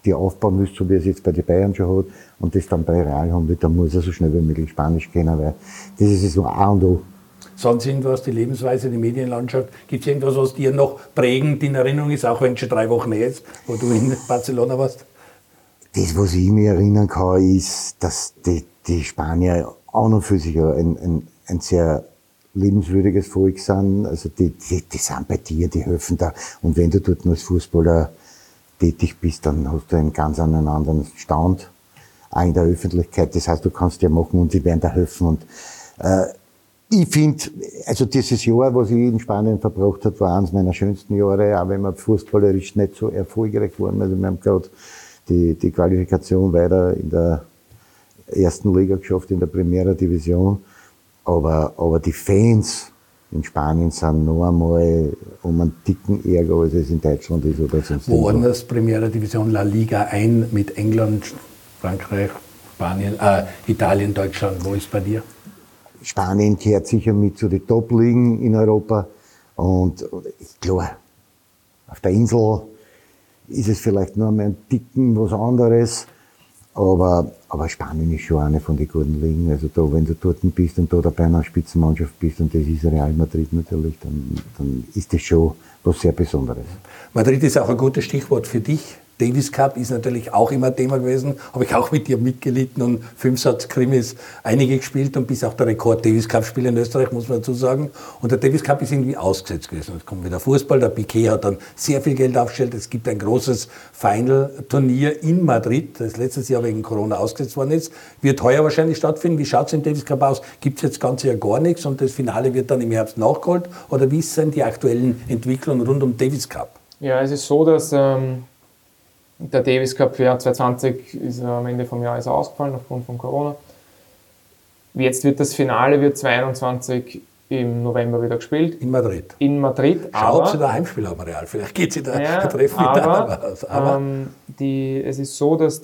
die aufbauen müsst, so wie er es jetzt bei den Bayern schon hat, und das dann bei Real haben will, dann muss er so schnell wie möglich Spanisch kennen, weil das ist so A und O. Sonst irgendwas, die Lebensweise, die Medienlandschaft, gibt es irgendwas, was dir noch prägend in Erinnerung ist, auch wenn es schon 3 Wochen her ist, wo du in Barcelona warst? Das, was ich mich erinnern kann, ist, dass die Spanier auch noch für sich ein sehr lebenswürdiges Volk sind. Also die sind bei dir, die helfen da. Und wenn du dort als Fußballer tätig bist, dann hast du einen ganz anderen Stand, auch in der Öffentlichkeit. Das heißt, du kannst dir machen und die werden da helfen. Und ich finde, also dieses Jahr, was ich in Spanien verbracht habe, war eines meiner schönsten Jahre, auch wenn wir fußballerisch nicht so erfolgreich waren. Also wir haben gerade die Qualifikation weiter in der ersten Liga geschafft, in der Primera Division. Aber die Fans in Spanien sind noch einmal um einen dicken Ärger, als es in Deutschland ist oder sonst wo. Wo anders Primera Division La Liga ein mit England, Frankreich, Spanien, Italien, Deutschland? Wo ist bei dir? Spanien gehört sicher mit zu den Top-Ligen in Europa. Und klar, auf der Insel ist es vielleicht nur mehr ein Ticken was anderes. Aber Spanien ist schon eine von den guten Ligen. Also da, wenn du dort bist und da bei einer Spitzenmannschaft bist, und das ist Real Madrid natürlich, dann ist das schon was sehr Besonderes. Madrid ist auch ein gutes Stichwort für dich. Davis Cup ist natürlich auch immer Thema gewesen, habe ich auch mit dir mitgelitten und 5-Satz-Krimis einige gespielt und bis auch der Rekord Davis Cup-Spiel in Österreich, muss man dazu sagen. Und der Davis Cup ist irgendwie ausgesetzt gewesen. Es kommt wieder Fußball, der Piqué hat dann sehr viel Geld aufgestellt. Es gibt ein großes Final-Turnier in Madrid, das letztes Jahr wegen Corona ausgesetzt worden ist. Wird heuer wahrscheinlich stattfinden. Wie schaut es im Davis Cup aus? Gibt es jetzt das ganze Jahr gar nichts und das Finale wird dann im Herbst nachgeholt? Oder wie sind die aktuellen Entwicklungen rund um Davis Cup? Ja, es ist so, dass der Davis Cup für Jahr 2020 ist am Ende vom Jahr ausgefallen aufgrund von Corona. Jetzt wird das Finale 2021 im November wieder gespielt. In Madrid. In Madrid. Schau, ob sie da ein Heimspiel haben, Real. Vielleicht geht sie da treffen mit aus. Es ist so, dass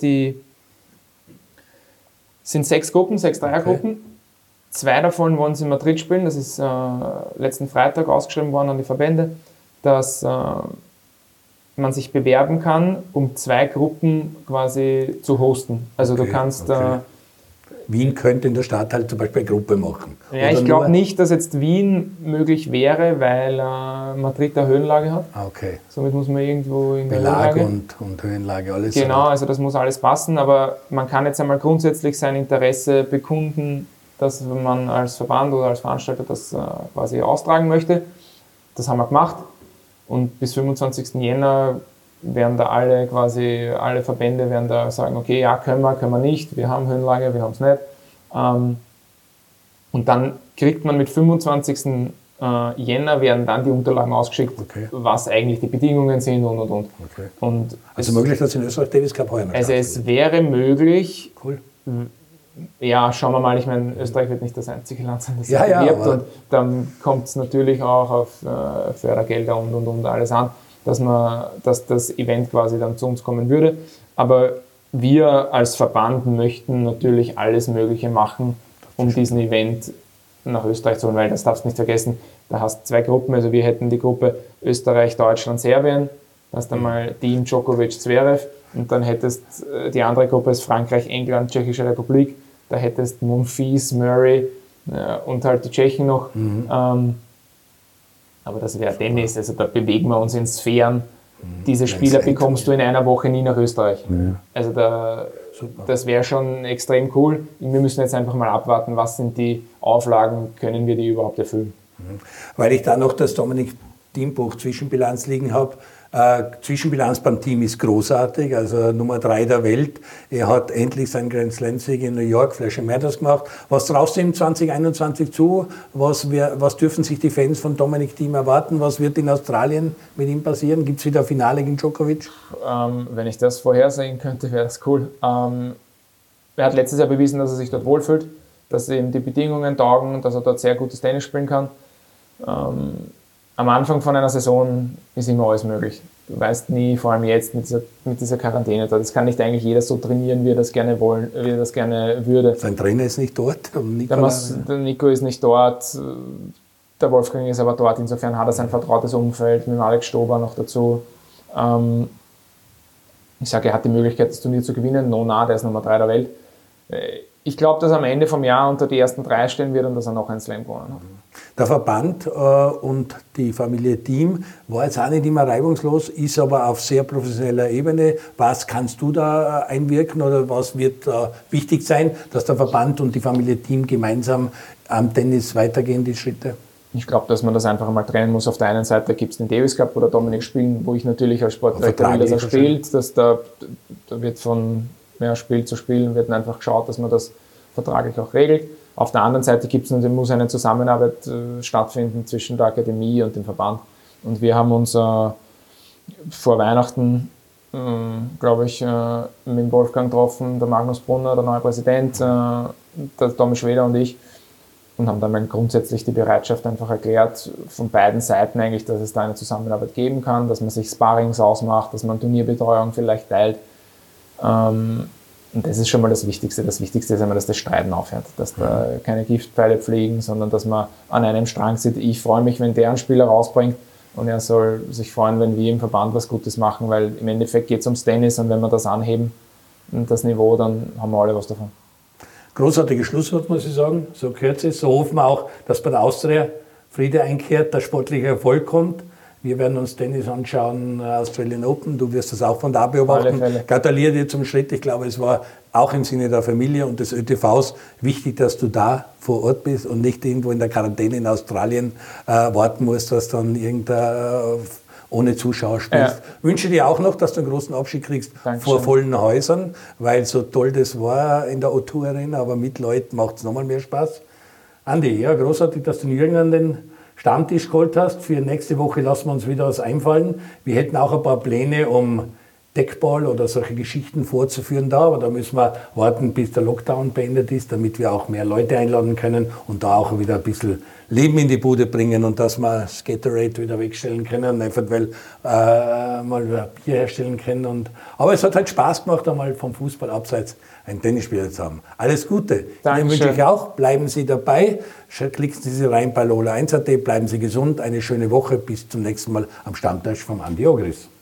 sind 6 Gruppen, 6 Dreiergruppen. Okay. 2 davon wollen sie in Madrid spielen. Das ist letzten Freitag ausgeschrieben worden an die Verbände, dass man sich bewerben kann, um 2 Gruppen quasi zu hosten. Also du kannst... Wien könnte in der Stadt halt zum Beispiel eine Gruppe machen. Ja, ich glaube nicht, dass jetzt Wien möglich wäre, weil Madrid eine Höhenlage hat. Okay. Somit muss man irgendwo in der Belag Höhenlage. Und Höhenlage, alles. Genau, also das muss alles passen, aber man kann jetzt einmal grundsätzlich sein Interesse bekunden, dass man als Verband oder als Veranstalter das quasi austragen möchte. Das haben wir gemacht. Und bis 25. Jänner werden da alle Verbände werden da sagen, okay, ja, können wir nicht, wir haben Höhenlage, wir haben es nicht. Und dann kriegt man mit 25. Jänner werden dann die Unterlagen ausgeschickt, was eigentlich die Bedingungen sind und. Okay. Und also möglich, dass in Österreich Davis Cup heuer noch Also es wäre möglich. Cool. Ja, schauen wir mal, ich meine, Österreich wird nicht das einzige Land sein, das sich bewirbt, und dann kommt es natürlich auch auf Fördergelder und alles an, dass das Event quasi dann zu uns kommen würde. Aber wir als Verband möchten natürlich alles Mögliche machen, um diesen Event nach Österreich zu holen, weil das darfst du nicht vergessen, da hast 2 Gruppen, also wir hätten die Gruppe Österreich, Deutschland, Serbien, da hast dann mal Team Djokovic, Zverev, und dann hättest die andere Gruppe ist Frankreich, England, Tschechische Republik, da hättest Monfils, Murray und halt die Tschechen noch. Aber das wäre Tennis, also da bewegen wir uns in Sphären. Diese Spieler bekommst du in einer Woche nie nach Österreich. Ja. Also das wäre schon extrem cool. Wir müssen jetzt einfach mal abwarten, was sind die Auflagen, können wir die überhaupt erfüllen. Weil ich da noch das Dominik Thiembuch Zwischenbilanz liegen habe. Zwischenbilanz beim Team ist großartig, also Nummer 3 der Welt. Er hat endlich seinen Grand Slam-Sieg in New York, Flash Matters gemacht. Was traust du ihm 2021 zu? Was dürfen sich die Fans von Dominik Thiem erwarten? Was wird in Australien mit ihm passieren? Gibt es wieder ein Finale gegen Djokovic? Wenn ich das vorhersehen könnte, wäre das cool. Er hat letztes Jahr bewiesen, dass er sich dort wohlfühlt, dass ihm die Bedingungen taugen, dass er dort sehr gutes Tennis spielen kann. Am Anfang von einer Saison ist immer alles möglich. Du weißt nie, vor allem jetzt mit dieser Quarantäne da. Das kann nicht eigentlich jeder so trainieren, wie er das gerne würde. Sein Trainer ist nicht dort. Der Nico ist nicht dort. Der Wolfgang ist aber dort. Insofern hat er sein vertrautes Umfeld mit Alex Stober noch dazu. Ich sage, er hat die Möglichkeit, das Turnier zu gewinnen. Der ist Nummer 3 der Welt. Ich glaube, dass er am Ende vom Jahr unter die ersten 3 stehen wird und dass er noch einen Slam gewonnen hat. Der Verband und die Familie Thiem war jetzt auch nicht immer reibungslos, ist aber auf sehr professioneller Ebene. Was kannst du da einwirken oder was wird wichtig sein, dass der Verband und die Familie Thiem gemeinsam am Tennis weitergehen, die Schritte? Ich glaube, dass man das einfach einmal trennen muss. Auf der einen Seite gibt es den Davis Cup, wo der Dominik spielen, wo ich natürlich als Sportdirektor will, dass er spielt. Da wird von Spiel zu Spiel wird einfach geschaut, dass man das vertraglich auch regelt. Auf der anderen Seite muss eine Zusammenarbeit stattfinden zwischen der Akademie und dem Verband. Und wir haben uns vor Weihnachten, glaube ich, mit Wolfgang getroffen, der Magnus Brunner, der neue Präsident, der Tommy Schweder und ich, und haben dann mal grundsätzlich die Bereitschaft einfach erklärt, von beiden Seiten eigentlich, dass es da eine Zusammenarbeit geben kann, dass man sich Sparrings ausmacht, dass man Turnierbetreuung vielleicht teilt. Und das ist schon mal das Wichtigste. Das Wichtigste ist einmal, dass das Streiten aufhört, dass da keine Giftpfeile fliegen, sondern dass man an einem Strang sieht. Ich freue mich, wenn der einen Spieler rausbringt, und er soll sich freuen, wenn wir im Verband was Gutes machen, weil im Endeffekt geht es ums Tennis, und wenn wir das anheben, das Niveau, dann haben wir alle was davon. Großartiges Schlusswort, muss ich sagen. So gehört es. So hoffen wir auch, dass bei der Austria Friede einkehrt, der sportliche Erfolg kommt. Wir werden uns Tennis anschauen, Australian Open. Du wirst das auch von da beobachten. Gratuliere dir zum Schritt. Ich glaube, es war auch im Sinne der Familie und des ÖTVs wichtig, dass du da vor Ort bist und nicht irgendwo in der Quarantäne in Australien warten musst, dass dann irgendein ohne Zuschauer spielst. Ja. Wünsche dir auch noch, dass du einen großen Abschied kriegst. Dankeschön. Vor vollen Häusern, weil so toll das war in der O2 Arena, aber mit Leuten macht es nochmal mehr Spaß. Andi, ja, großartig, dass du den Jürgen an den Stammtisch geholt hast. Für nächste Woche lassen wir uns wieder was einfallen. Wir hätten auch ein paar Pläne, um Deckball oder solche Geschichten vorzuführen da, aber da müssen wir warten, bis der Lockdown beendet ist, damit wir auch mehr Leute einladen können und da auch wieder ein bisschen Leben in die Bude bringen und dass wir das Gatorade wieder wegstellen können, einfach weil mal Bier herstellen können. Aber es hat halt Spaß gemacht, einmal vom Fußball abseits ein Tennisspieler zu haben. Alles Gute. Ihnen wünsche ich auch. Bleiben Sie dabei. Klicken Sie rein bei Lola1.at. Bleiben Sie gesund. Eine schöne Woche. Bis zum nächsten Mal am Stammtisch vom Andi Ogris.